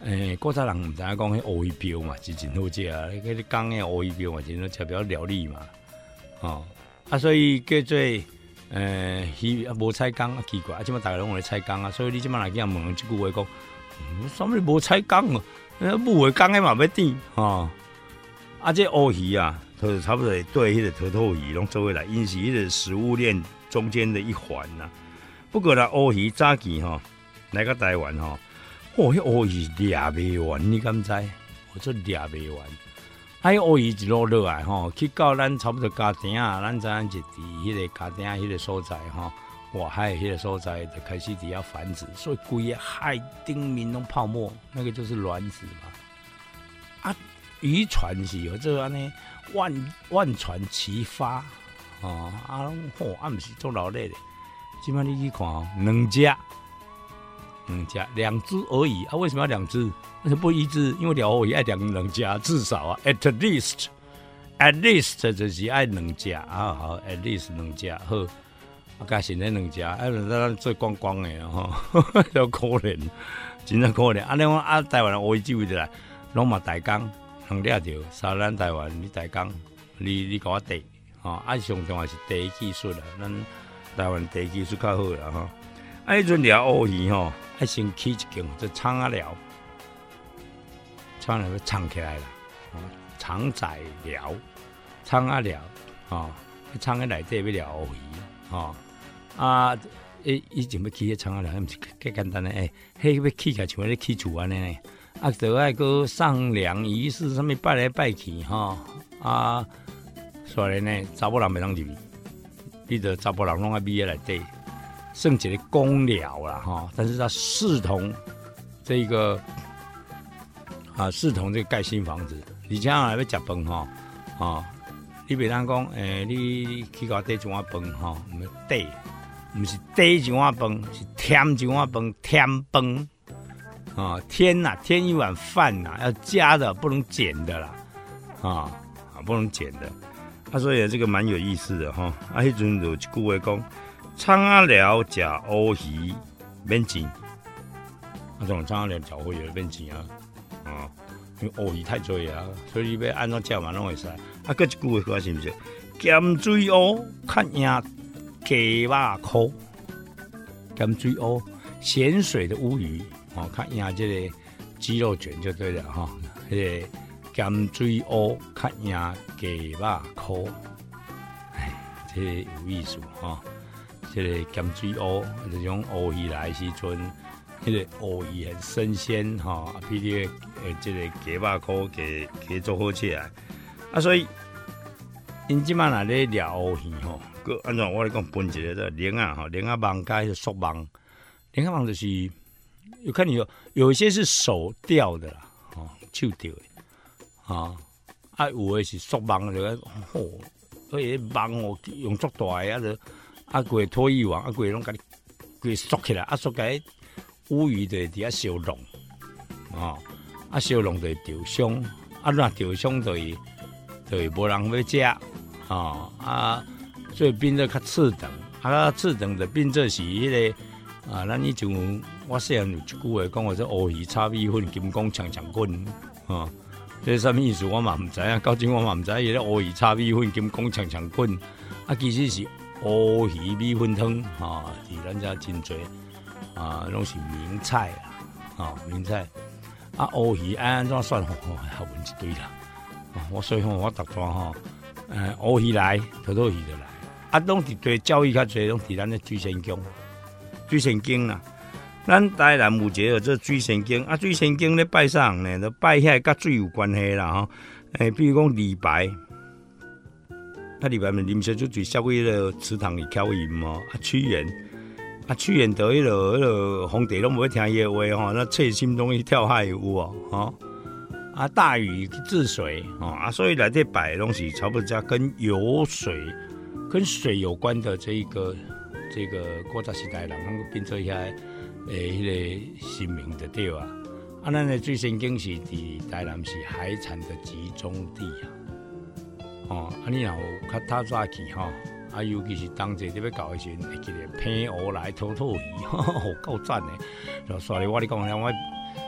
Speaker 1: 诶，古早人毋知影讲迄乌鱼标嘛，是真好食啊！迄个讲诶乌鱼标嘛，真好食，比较料理嘛，哦，啊，所以叫做诶，鱼啊无菜缸啊奇怪，啊，即摆大家拢有咧菜缸啊，所以你即摆来见问即句话讲，嗯，啥物无菜缸哦？母诶缸诶嘛要点吼，啊，这乌鱼啊，就差不多对迄个头头鱼拢做伙来，因是迄个食物链中间的一环呐、啊。不过啦，乌鱼早期吼来到台湾吼。哦，迄乌鱼掠袂完，你敢知？我说掠袂完。啊，迄乌鱼一路落来吼，去到咱差不多家庭啊，咱知影就伫迄个家庭迄个所在吼，外海迄个所在就开始伫遐繁殖，所以规个海顶面拢泡沫，那个就是卵子嘛。啊，渔船是有这安尼万万船齐发哦，啊拢吼，啊毋是做劳累的。即摆你去看哦，两只。两只两只而已啊？为什么要两只？为什么不一只？因为钓鱼爱两两只，至少啊 ，at least at least 就是爱两只啊，好 at least 两只好，啊，加剩咧两只，啊，咱做光光的吼，都可怜，真正可怜。啊，你讲啊，台湾乌鱼只位的来，拢嘛大工，能掠着，杀咱台湾你大工，你你甲我地，吼，啊，上重要是地技术啦，咱台湾地技术较好啦，吼。啊，迄阵掠乌鱼吼。爱先起一间，这厂啊寮，厂寮要藏起来啦，厂仔寮，厂啊寮，哦，厂喺内底要寮乌鱼，哦，啊，以以前要起迄厂啊寮，毋是介简单诶，诶、欸，迄要起起来像咧起厝安尼呢，啊，就爱个上梁仪式，啥物拜来拜去，吼、哦，啊，所以呢，查某人袂当入去，你着查某人拢爱秘喺内底。剩一个公寮啦哈，但是他视同这个啊，视同这个盖新房子。而且啊，要食饭哈啊，你袂当讲诶，你去搞底一碗饭哈，唔是底，唔是底一碗饭，是添一碗饭，添饭啊，添呐，添一碗饭呐，要加的，不能减的啦，啊啊，不能减的。啊，所以这个蛮有意思的哈。啊，迄阵有一句话讲。厂仔寮食乌鱼免钱，啊，这种厂仔寮食乌鱼免钱啊，啊，因为乌鱼太多啊，所以你要安怎食嘛拢会使。啊，搁一句话是毋是？咸水乌较赢鸡肉块，咸水乌咸水的乌鱼哦，较赢这个鸡肉卷就对了哈、哦。迄、那个咸水乌较赢鸡肉块，哎，这个有意思哈。哦这个咸水乌，这种乌鱼来时阵，迄、那个乌鱼很新鲜哈，比你诶这个鸡肉块给给做好起来啊，所以因即摆若咧掠乌鱼吼，佮按照我来讲分一个这鲢啊吼，鲢啊网加是束网，鲢啊网就是有看你有有一些是手钓的啦，哦，手钓的啊，啊有的是束网就吼，而且网哦用足大个啊就。啊，规拖衣网，啊，规拢甲你规缩起来，啊，缩起来乌鱼就伫遐烧笼，哦，啊，烧笼就会钓伤，啊，若钓伤就会就会无人要食，哦，啊，所以变做较次等，啊，次等就变做是迄、那个啊，咱以前我细汉有一句话讲，我说乌鱼炒米粉，金光强强滚，哦，这啥物意思我嘛毋知影，到今我嘛毋知影，迄个乌鱼炒米粉，金光强强滚，啊，其实是。乌鱼米粉汤，哈，伫咱遮真侪啊，拢是名菜啦，啊，名菜。啊，乌鱼安安怎算？吼、哦，学问一堆啦。啊，我所以吼，我逐段吼，呃，乌鱼来，土土鱼就来。啊，拢伫对教育较侪，拢伫咱的水仙宫，水仙宫啦。咱台南有一个有做水仙宫，啊，水仙宫咧拜啥人呢？就拜遐甲水有关系啦，吼。诶、欸，比如讲李白。啊，里边面啉烧酒最少迄个祠堂里敲音嘛，啊屈原，啊屈原得迄落迄落皇帝拢无要听伊话吼，那切心中去跳海有无吼？啊大禹治水哦啊，所以来这摆东西差不多跟有水、跟水有关的这一个这个古早时代人能够变做遐诶迄个神明的对啊。啊，咱的水仙宫是伫台南是海产的集中地啊。哦，啊，你若有较早早去吼，啊，尤其是冬季你要到的时阵，会记得平湖来土土鱼，吼，够赞的。就所以我咧讲，我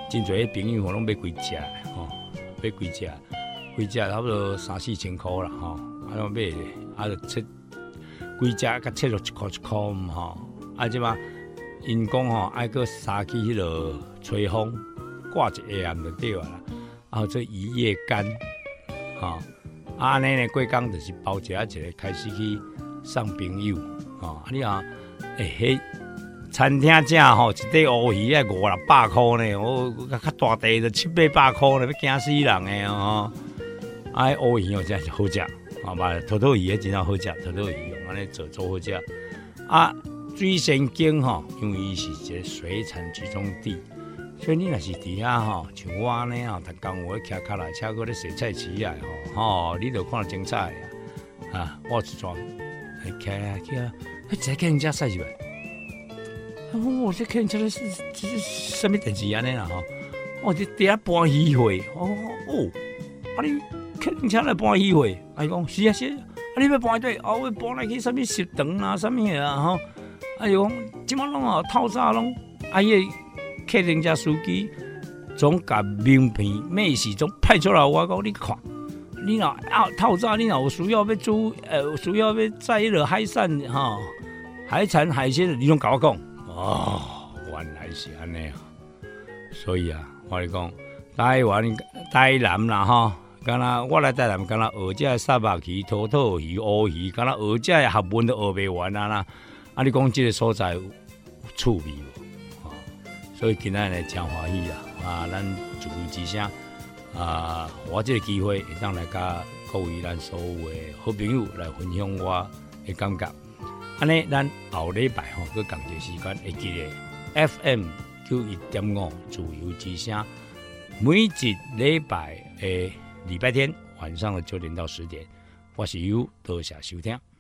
Speaker 1: 真侪朋友吼拢买几只吼，买几只，几只差不多三四千箍啦吼，啊，拢买咧，啊，就切几只，甲切落一箍一箍吼，啊，即嘛因讲吼，爱搁杀去迄落吹风，挂一下暗就对啊啦，啊，做一夜干，吼，啊，安尼呢，过工就是包一下一个开始去送朋友，吼，啊，你啊，诶，迄。餐厅价吼，一块乌鱼要五六百箍呢，我较大地就七八百箍呢，要惊死人的哦。啊，乌鱼哦真是好食，啊嘛，土土鱼真正好食，土土鱼用安尼做做好食。啊，水仙境吼，因为伊是一个水产集中地，所以你若是伫遐吼，像我安尼吼，逐工有咧骑脚踏车，搁咧洗菜市来吼，吼，你就看到精彩啊！啊，我一桩，骑啊去啊，迄只客人家驶入来。哦，这客人家是这是什么代志安尼啦吼？哦，这伫遐搬鱼会，哦哦，啊你客人家来搬鱼会，啊伊讲是啊是啊，啊你要搬对，哦要搬来去什么食堂啊，什么啊吼？啊伊讲即马拢哦透早拢，啊伊个客人家司机总甲名片、美食总派出来，我讲你看，你若啊透早你若有需要要煮，呃需要要载迄落海产吼，海产海鲜，你拢甲我讲。哦，原来是安尼啊！所以啊，我跟你讲，台湾、台南啦吼，敢若我来台南，敢若学这沙巴鱼、土土鱼、乌鱼，敢若学这学问都学袂完啊啦！啊，你讲这个所在有趣味无？啊，所以今仔日真欢喜啊！啊，咱自由之声啊，我这个机会会当来甲各位咱所有的好朋友来分享我的感觉。安尼，咱后礼拜吼，佮同一时间会记得 F M 九一点五自由之声，每一礼拜的礼拜天晚上的九点到十点，我是有多谢收听。